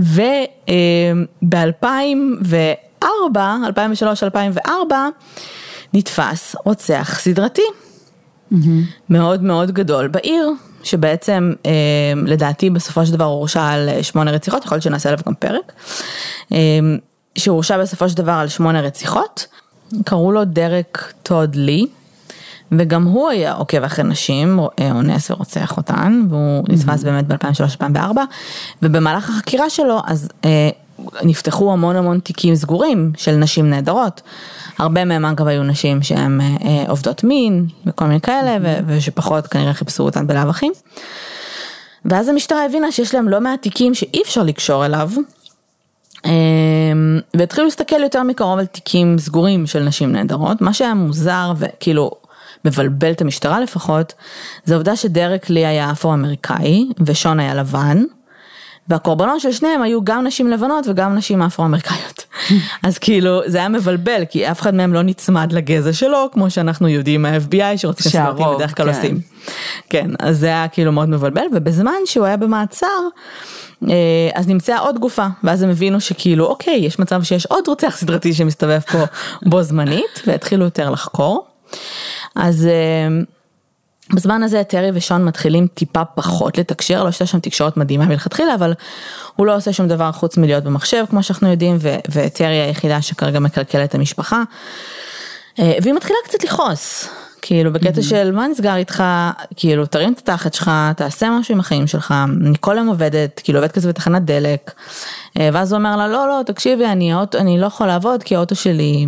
וב-אלפיים וארבע, אלפיים ושלוש, אלפיים וארבע, נתפס רוצח סדרתי, מאוד מאוד גדול בעיר, שבעצם לדעתי בסופו של דבר הוא הורשע על שמונה רציחות, יכול להיות שנעשה עליו גם פרק, שהוא הורשע בסופו של דבר על שמונה רציחות, קראו לו דרק טוד לי, וגם הוא היה עוקב אחרי נשים, אונס ורוצח אותן, והוא נתפס באמת ב-אלפיים ושלוש אלפיים וארבע, ובמהלך החקירה שלו, אז נפתחו המון המון תיקים סגורים של נשים נהדרות, הרבה מהם אגב היו נשים שהן עובדות מין, וכל מיני כאלה, ושפחות כנראה חיפשו אותן בלאו הכי, ואז המשטרה הבינה שיש להם לא מעט תיקים שאי אפשר לקשור אליו, והתחילו להסתכל יותר מקרוב על תיקים סגורים של נשים נהדרות, מה שהיה מוזר וכאילו מבלבל את המשטרה לפחות, זה העובדה שדרק לי היה אפרו-אמריקאי ושון היה לבן, והקורבנות של שניהם היו גם נשים לבנות וגם נשים אפרו-אמריקאיות. אז כאילו זה היה מבלבל, כי אף אחד מהם לא נצמד לגזע שלו, כמו שאנחנו יודעים מה-אף בי איי שרוצים סרטים בדרך כלל עושים. כן, אז זה היה כאילו מאוד מבלבל, ובזמן שהוא היה במעצר, אז נמצאה עוד גופה, ואז הם הבינו שכאילו, אוקיי, יש מצב שיש עוד רוצח סדרתי שמסתובב פה בו זמנית, והתחילו יותר לחקור. אז בזמן הזה טרי ושון מתחילים טיפה פחות לתקשר, לא שיש שם תקשורת מדהימה מלכתחילה, אבל הוא לא עושה שום דבר חוץ מלהיות במחשב, כמו שאנחנו יודעים, וטרי היחידה שכרגע מקלקלת את המשפחה, והיא מתחילה קצת לחוס, כאילו בקטע של מה נסגר איתך, כאילו תרים את התחת שלך, תעשה משהו עם החיים שלך, אני כל היום עובדת, כאילו עובד כזה בתחנת דלק, ואז הוא אומר לה, לא, לא, תקשיבי, אני, אני לא יכול לעבוד, כי האוטו שלי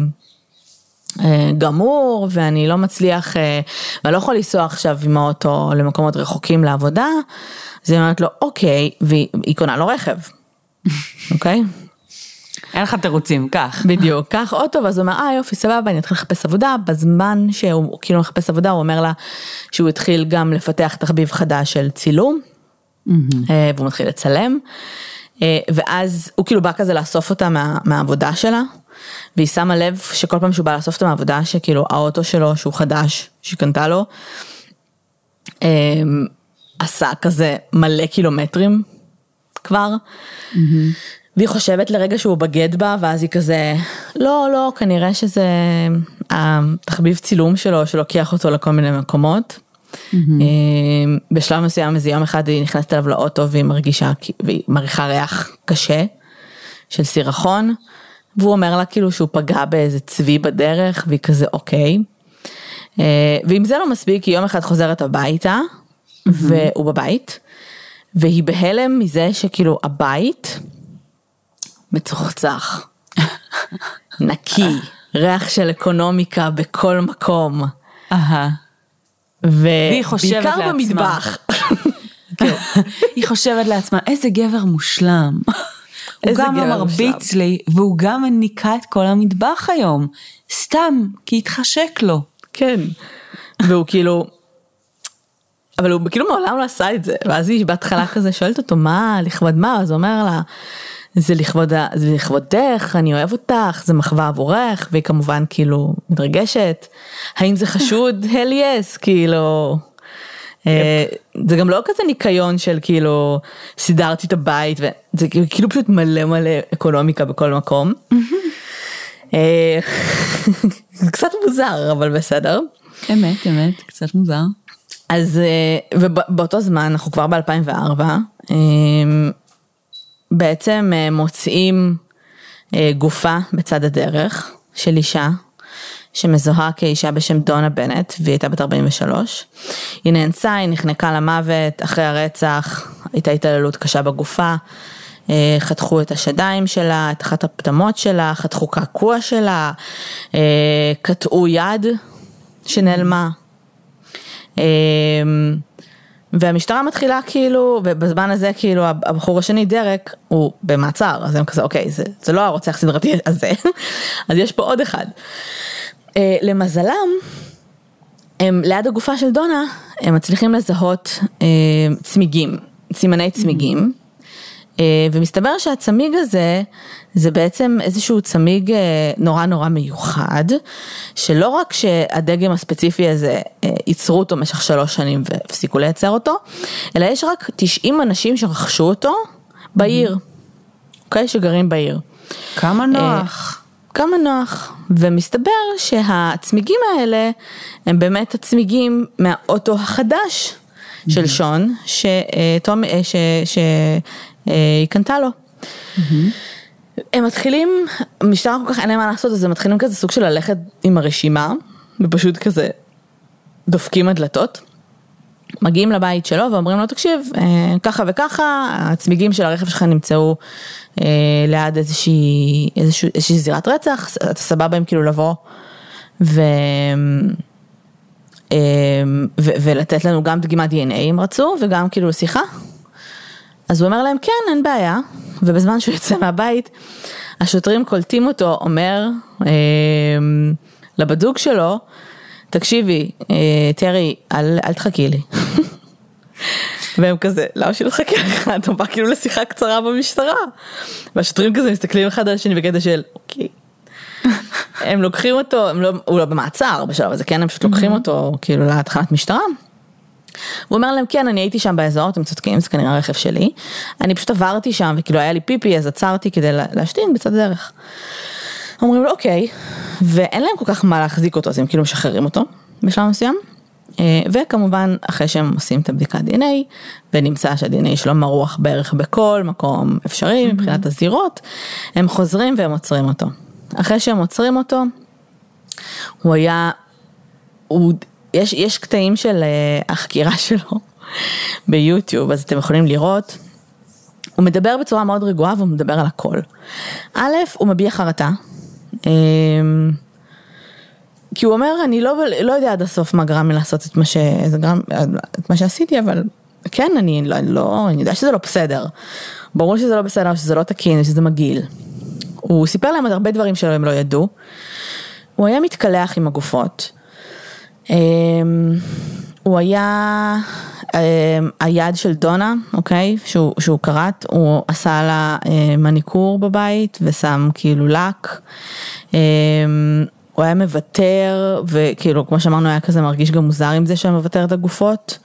גמור, ואני לא מצליח, ואני לא יכול לנסוע עכשיו עם האוטו למקומות רחוקים לעבודה, אז היא אומרת לו, אוקיי, והיא קונה לו רכב, אוקיי? אין לך תירוצים, כך. בדיוק, כך אוטו, ואז הוא אומר, אה יופי, סבבה, אני אתחיל לחפש עבודה, בזמן שהוא כאילו מחפש עבודה, הוא אומר לה, שהוא התחיל גם לפתח תחביב חדש של צילום, והוא מתחיל לצלם, ואז הוא כאילו בא כזה לאסוף אותה מה, מהעבודה שלה, והיא שמה לב שכל פעם שהוא בא לאסוף אותה מהעבודה, שכאילו האוטו שלו, שהוא חדש, שקנתה לו, עשה כזה מלא קילומטרים כבר, והיא חושבת לרגע שהוא בגד בה, ואז היא כזה, לא, לא, כנראה שזה התחביב צילום שלו, שלוקח אותו לכל מיני מקומות. בשלב מסוים, איזה יום אחד היא נכנסת אליו לאוטו, והיא מרגישה, והיא מריחה ריח קשה, של סירחון, והוא אומר לה כאילו שהוא פגע באיזה צבי בדרך, והיא כזה אוקיי. ואם זה לא מספיק, היא יום אחד חוזרת הביתה, והוא בבית, והיא בהלם מזה שכאילו הבית, מצוחצח, נקי, ריח של אקונומיקה בכל מקום. אהה. ובעיקר במטבח. היא חושבת לעצמה, איזה גבר מושלם. הוא גם מרביץ לי, והוא גם ניקה את כל המטבח היום. סתם, כי התחשק לו. כן. והוא כאילו, אבל הוא כאילו מעולם לא עשה את זה. ואז היא בהתחלה כזה שואלת אותו, מה, לכבוד מה? אז הוא אומר לה, זה לכבוד, זה לכבודך, אני אוהב אותך, זה מחווה עבורך, והיא כמובן כאילו מתרגשת. האם זה חשוד? hell yes, כאילו, זה גם לא כזה ניקיון של כאילו, סידרתי את הבית, וזה כאילו פשוט מלא מלא אקונומיקה בכל מקום. זה קצת מוזר, אבל בסדר. אמת, אמת, קצת מוזר. אז, ובאותו זמן, אנחנו כבר ב-אלפיים וארבע, בעצם מוצאים גופה בצד הדרך של אישה, שמזוהה כאישה בשם דונה בנט, והיא הייתה בת ארבעים ושלוש. היא נאנסה, היא נחנקה למוות, אחרי הרצח, הייתה התעללות קשה בגופה, חתכו את השדיים שלה, את אחת הפטמות שלה, חתכו קעקוע שלה, קטעו יד שנעלמה. והמשטרה מתחילה כאילו, ובזמן הזה כאילו הבחור השני דרק הוא במעצר, אז הם כזה אוקיי, זה, זה לא הרוצח סדרתי הזה, אז יש פה עוד אחד. למזלם, הם ליד הגופה של דונה, הם מצליחים לזהות צמיגים, סימני צמיגים, ומסתבר שהצמיג הזה, זה בעצם איזשהו צמיג נורא נורא מיוחד, שלא רק שהדגם הספציפי הזה ייצרו אותו במשך שלוש שנים והפסיקו לייצר אותו, אלא יש רק תשעים אנשים שרכשו אותו בעיר, אוקיי? שגרים בעיר. כמה נוח. כמה נוח, ומסתבר שהצמיגים האלה, הם באמת הצמיגים מהאוטו החדש של שון, שהיא קנתה לו. הם מתחילים, משטרה כל כך אין להם מה לעשות, אז הם מתחילים כזה סוג של ללכת עם הרשימה, ופשוט כזה דופקים הדלתות, מגיעים לבית שלו ואומרים לו, תקשיב, ככה וככה, הצמיגים של הרכב שלך נמצאו ליד איזושהי, איזושהי, איזושהי זירת רצח, אתה סבבה הם כאילו לבוא, ו... ו... ולתת לנו גם דגימת די אן איי אם רצו, וגם כאילו שיחה. אז הוא אומר להם, כן, אין בעיה, ובזמן שהוא יוצא מהבית, השוטרים קולטים אותו, אומר אה, לבת זוג שלו, תקשיבי, אה, טרי, אל, אל תחכי לי. והם כזה, למה שלא תחכי לך? אתה בא כאילו לשיחה קצרה במשטרה. והשוטרים כזה מסתכלים אחד על השני בקטע של, אוקיי. הם לוקחים אותו, הם לא, הוא לא במעצר בשלב הזה, כן, הם פשוט לוקחים אותו כאילו לתחנת משטרה. הוא אומר להם, כן, אני הייתי שם באזור, אתם צודקים, זה כנראה הרכב שלי. אני פשוט עברתי שם, וכאילו היה לי פיפי, אז עצרתי כדי להשתין בצד הדרך. אומרים לו, אוקיי, ואין להם כל כך מה להחזיק אותו, אז הם כאילו משחררים אותו בשלב מסוים. וכמובן, אחרי שהם עושים את הבדיקת די אן איי, ונמצא שה-די אן איי שלו מרוח בערך בכל מקום אפשרי, מבחינת הזירות, הם חוזרים והם עוצרים אותו. אחרי שהם עוצרים אותו, הוא היה, הוא, יש, יש קטעים של uh, החקירה שלו ביוטיוב, אז אתם יכולים לראות, הוא מדבר בצורה מאוד רגועה, והוא מדבר על הכל. א', הוא מביע חרטה, um, כי הוא אומר, אני לא, לא יודע עד הסוף מה גרם לי לעשות את מה, ש, גרם, את מה שעשיתי, אבל כן, אני, לא, לא, אני יודע שזה לא בסדר. ברור שזה לא בסדר, שזה לא תקין, שזה מגעיל. הוא סיפר להם על הרבה דברים שהם לא ידעו. הוא היה מתקלח עם הגופות. הוא היה היד של דונה, אוקיי, שהוא, שהוא קראת, הוא עשה לה מניקור בבית, ושם כאילו לק. הוא היה מבטר, וכאילו, כמו שאמרנו, היה כזה מרגיש גם מוזר עם זה שהוא מבטר את הגופות.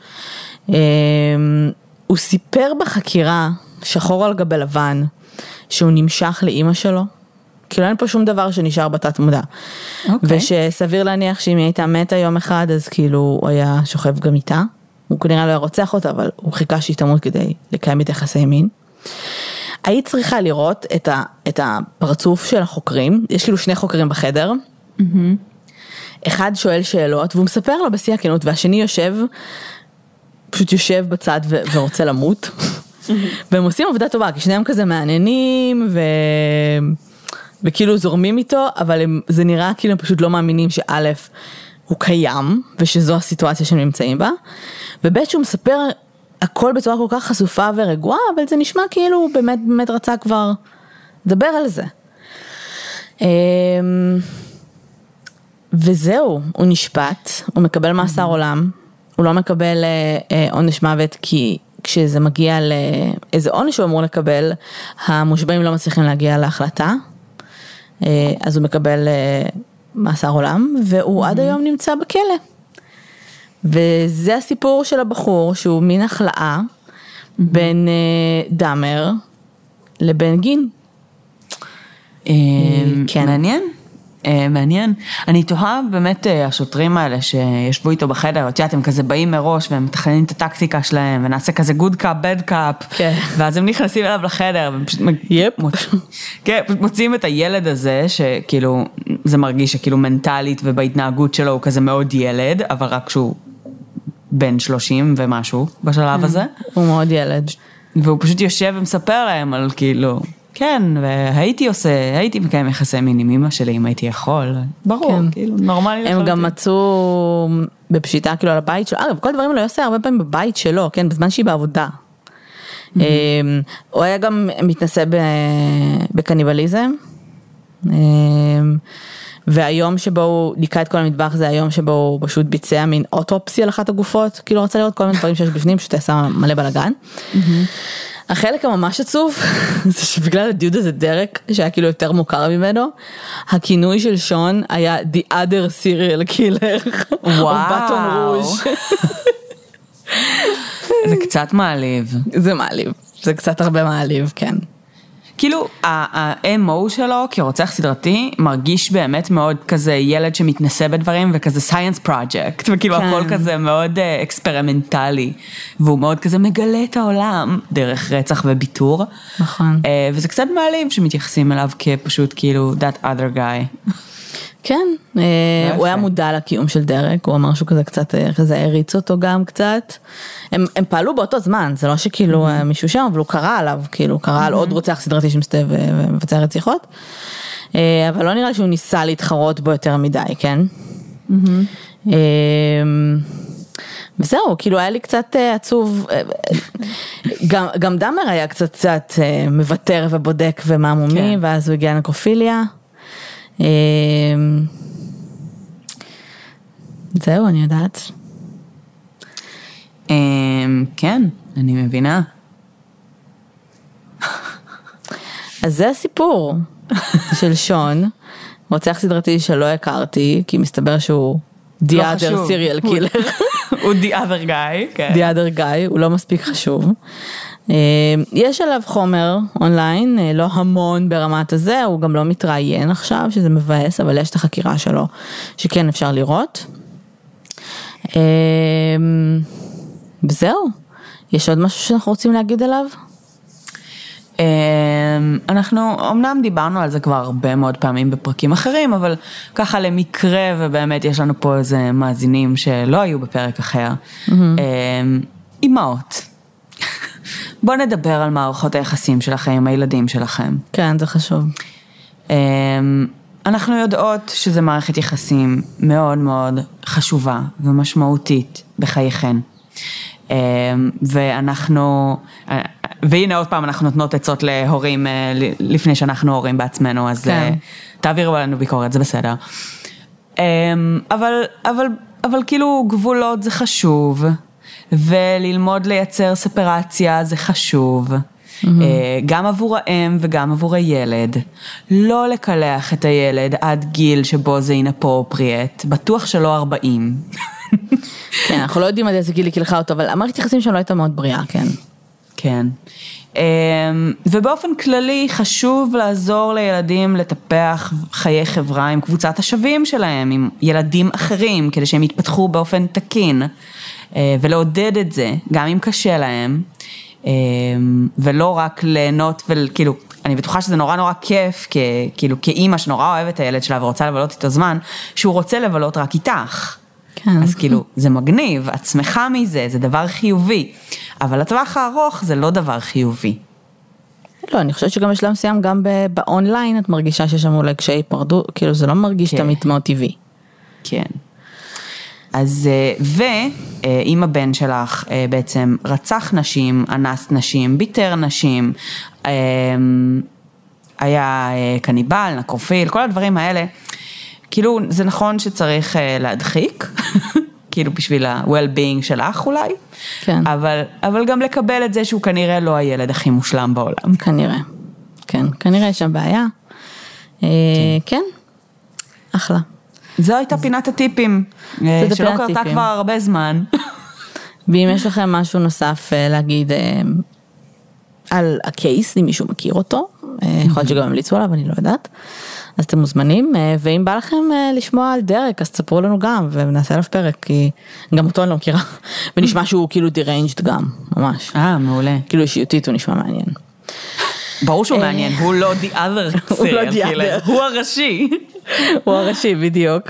הוא סיפר בחקירה, שחור על גבי לבן, שהוא נמשך לאמא שלו, כאילו אין פה שום דבר שנשאר בתת מודע. Okay. ושסביר להניח שאם היא הייתה מתה יום אחד, אז כאילו הוא היה שוכב גם איתה, הוא כנראה לא היה רוצח אותה, אבל הוא חיכה שהיא תמות כדי לקיים את יחסי מין. היית צריכה לראות את, ה, את הפרצוף של החוקרים, יש כאילו שני חוקרים בחדר, mm-hmm. אחד שואל שאלות, והוא מספר לו בשיא הכנות, והשני יושב, פשוט יושב בצד ו- ורוצה למות, והם עושים עבודה טובה, כי שניהם כזה מעניינים, ו... וכאילו זורמים איתו, אבל הם, זה נראה כאילו הם פשוט לא מאמינים שא' הוא קיים, ושזו הסיטואציה שהם נמצאים בה, וב' שהוא מספר הכל בצורה כל כך חשופה ורגועה, אבל זה נשמע כאילו הוא באמת, באמת רצה כבר לדבר על זה. וזהו, הוא נשפט, הוא מקבל מאסר עולם, הוא לא מקבל עונש מוות, כי כשזה מגיע לאיזה עונש הוא אמור לקבל, המושבעים לא מצליחים להגיע להחלטה, אז הוא מקבל מאסר עולם, והוא עד היום נמצא בכלא. וזה הסיפור של הבחור, שהוא מין החלאה, בין דאמר לבין גין. כן. מעניין. מעניין. אני תוהה באמת השוטרים האלה שישבו איתו בחדר, אתם כזה באים מראש והם מתכננים את הטקטיקה שלהם, ונעשה כזה good cup, bad cup, ואז הם נכנסים אליו לחדר, ופשוט מוצאים את הילד הזה, שכאילו, זה מרגיש שכאילו מנטלית ובהתנהגות שלו הוא כזה מאוד ילד, אבל רק שהוא בן שלושים ומשהו בשלב הזה. הוא מאוד ילד. והוא פשוט יושב ומספר להם על כאילו... כן, והייתי עושה, הייתי מקיים יחסי מין עם אמא שלי, אם הייתי יכול. ברור, כאילו, נורמלי. הם גם מצאו בפשיטה, כאילו, על הבית שלו. אגב, כל הדברים האלה עושה הרבה פעמים בבית שלו, כן, בזמן שהיא בעבודה. הוא היה גם מתנסה בקניבליזם, והיום שבו הוא דיקה את כל המטבח, זה היום שבו הוא פשוט ביצע מין אוטופסיה על אחת הגופות, כאילו, רצה לראות כל מיני דברים שיש בפנים, פשוט עשה מלא בלגן. החלק הממש עצוב, זה שבגלל הדיוד הזה דרק, שהיה כאילו יותר מוכר ממנו, הכינוי של שון היה The Other Serial Killer, וואו. או בטון רוז'. זה קצת מעליב. זה מעליב, זה קצת הרבה מעליב, כן. כאילו, ה-אם או שלו, כרוצח סדרתי, מרגיש באמת מאוד כזה ילד שמתנסה בדברים, וכזה science project, וכאילו כן. הכל כזה מאוד uh, אקספרימנטלי, והוא מאוד כזה מגלה את העולם, דרך רצח וביטור. נכון. Uh, וזה קצת מעליב שמתייחסים אליו כפשוט כאילו, that other guy. כן, הוא היה מודע לקיום של דרק, הוא אמר שהוא כזה קצת, כזה הריץ אותו גם קצת, הם, הם פעלו באותו זמן, זה לא שכאילו מישהו שם, אבל הוא קרא עליו, כאילו, הוא קרא על עוד רוצח סדרתי שמסתובב ומבצע רציחות, אבל לא נראה שהוא ניסה להתחרות בו יותר מדי, כן? וזהו, כאילו היה לי קצת עצוב, גם, גם דאמר היה קצת קצת מוותר ובודק ומעמומי, כן. ואז הוא הגיע לנקרופיליה. זהו, אני יודעת. כן, אני מבינה. אז זה הסיפור של שון, רוצח סדרתי שלא הכרתי, כי מסתבר שהוא the other serial killer. הוא the other guy, כן. the other guy, הוא לא מספיק חשוב. יש עליו חומר אונליין, לא המון ברמת הזה, הוא גם לא מתראיין עכשיו, שזה מבאס, אבל יש את החקירה שלו, שכן אפשר לראות. וזהו, יש עוד משהו שאנחנו רוצים להגיד עליו? אנחנו אמנם דיברנו על זה כבר הרבה מאוד פעמים בפרקים אחרים, אבל ככה למקרה, ובאמת יש לנו פה איזה מאזינים שלא היו בפרק אחר. אימהות. בואו נדבר על מערכות היחסים שלכם עם הילדים שלכם. כן, זה חשוב. אנחנו יודעות שזה מערכת יחסים מאוד מאוד חשובה ומשמעותית בחייכן. ואנחנו, והנה עוד פעם אנחנו נותנות עצות להורים לפני שאנחנו הורים בעצמנו, אז כן. תעבירו לנו ביקורת, זה בסדר. אבל, אבל, אבל כאילו גבולות זה חשוב, וללמוד לייצר ספרציה זה חשוב. Mm-hmm. גם עבור האם וגם עבור הילד, לא לקלח את הילד עד גיל שבו זה inappropriate, בטוח שלא ארבעים. כן, אנחנו לא יודעים עד איזה גיל היא קילחה אותו, אבל המערכת יחסים שלו הייתה מאוד בריאה, כן. כן. ובאופן כללי חשוב לעזור לילדים לטפח חיי חברה עם קבוצת השווים שלהם, עם ילדים אחרים, כדי שהם יתפתחו באופן תקין, ולעודד את זה, גם אם קשה להם, ולא רק ליהנות, וכאילו, אני בטוחה שזה נורא נורא כיף, כאילו, כאימא שנורא אוהבת את הילד שלה ורוצה לבלות איתו זמן, שהוא רוצה לבלות רק איתך. כן. אז כאילו, זה מגניב, את שמחה מזה, זה דבר חיובי, אבל לטווח הארוך זה לא דבר חיובי. לא, אני חושבת שגם בשלב מסוים, גם באונליין את מרגישה שיש שם אולי כשהיא פרדו, כאילו זה לא מרגיש תמיד מאוד טבעי. כן. אז, ואם הבן שלך בעצם רצח נשים, אנס נשים, ביטר נשים, היה קניבל, נקרופיל, כל הדברים האלה, כאילו זה נכון שצריך להדחיק, כאילו בשביל ה-well-being שלך אולי, כן. אבל, אבל גם לקבל את זה שהוא כנראה לא הילד הכי מושלם בעולם. כנראה, כן, כנראה יש שם בעיה. כן, כן. אחלה. זו הייתה פינת הטיפים, שלא קרתה כבר הרבה זמן. ואם יש לכם משהו נוסף להגיד על הקייס, אם מישהו מכיר אותו, יכול להיות שגם המליצו עליו, אני לא יודעת, אז אתם מוזמנים, ואם בא לכם לשמוע על דרק, אז תספרו לנו גם, ונעשה עליו פרק, כי גם אותו אני לא מכירה, ונשמע שהוא כאילו deranged גם, ממש. אה, מעולה. כאילו אישיותית הוא נשמע מעניין. ברור שהוא מעניין, הוא לא the other serial killer, הוא הראשי. הוא הראשי, בדיוק.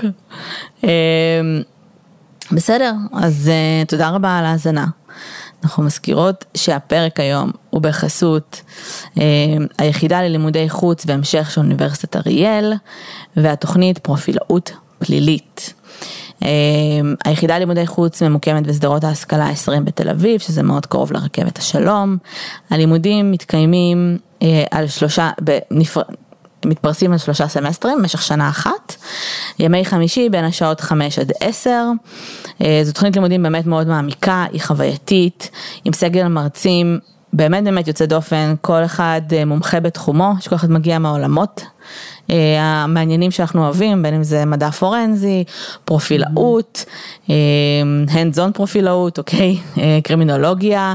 בסדר, אז תודה רבה על ההאזנה. אנחנו מזכירות שהפרק היום הוא בחסות היחידה ללימודי חוץ והמשך של אוניברסיטת אריאל, והתוכנית פרופילאות פלילית. היחידה ללימודי חוץ ממוקמת בסדרות ההשכלה עשרים בתל אביב, שזה מאוד קרוב לרכבת השלום. הלימודים מתקיימים על שלושה, בנפרד, מתפרסים על שלושה סמסטרים במשך שנה אחת, ימי חמישי בין השעות חמש עד עשר, זו תוכנית לימודים באמת מאוד מעמיקה, היא חווייתית, עם סגל מרצים, באמת באמת יוצא דופן, כל אחד מומחה בתחומו, שכל אחד מגיע מהעולמות המעניינים שאנחנו אוהבים, בין אם זה מדע פורנזי, פרופילאות, hands on פרופילאות, אוקיי, קרימינולוגיה,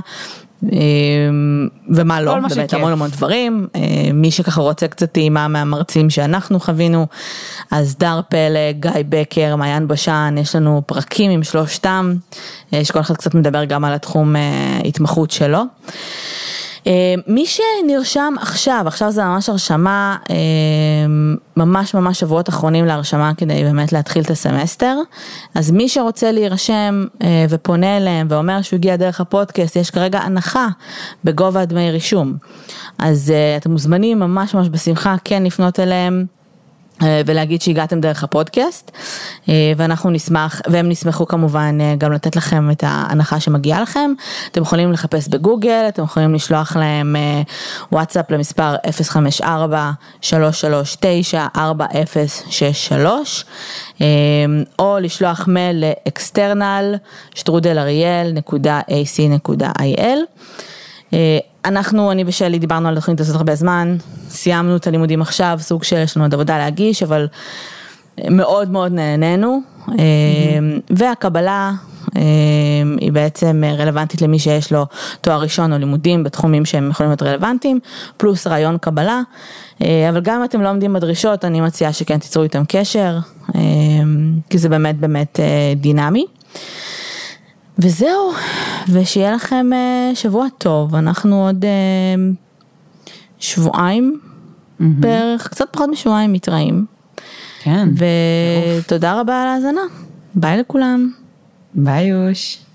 ומה לא, באמת המון המון דברים. מי שככה רוצה קצת טעימה מהמרצים שאנחנו חווינו, אז דר פלג, גיא בקר, מעיין בשן, יש לנו פרקים עם שלושתם, שכל אחד קצת מדבר גם על התחום התמחות שלו. מי שנרשם עכשיו, עכשיו זה ממש הרשמה, ממש ממש שבועות אחרונים להרשמה כדי באמת להתחיל את הסמסטר, אז מי שרוצה להירשם ופונה אליהם ואומר שהוא הגיע דרך הפודקאסט, יש כרגע הנחה בגובה דמי רישום, אז אתם מוזמנים ממש ממש בשמחה כן לפנות אליהם, ולהגיד שהגעתם דרך הפודקאסט, ואנחנו נשמח, והם נשמחו כמובן גם לתת לכם את ההנחה שמגיעה לכם. אתם יכולים לחפש בגוגל, אתם יכולים לשלוח להם וואטסאפ למספר אפס חמש ארבע שלוש שלוש תשע ארבע אפס שש שלוש, או לשלוח מייל לאקסטרנל שטרודל אריאל נקודה איי סי נקודה איי אל. אנחנו, אני ושלי, דיברנו על התוכנית הזאת הרבה זמן, סיימנו את הלימודים עכשיו, סוג של יש לנו עוד עבודה להגיש, אבל מאוד מאוד נהנינו, והקבלה היא בעצם רלוונטית למי שיש לו תואר ראשון או לימודים בתחומים שהם יכולים להיות רלוונטיים, פלוס רעיון קבלה, אבל גם אם אתם לא עומדים בדרישות, אני מציעה שכן תיצרו איתם קשר, כי זה באמת באמת דינמי. וזהו, ושיהיה לכם שבוע טוב, אנחנו עוד שבועיים, בערך, קצת פחות משבועיים מתראים. כן. ותודה רבה על ההאזנה, ביי לכולם. ביי יוש.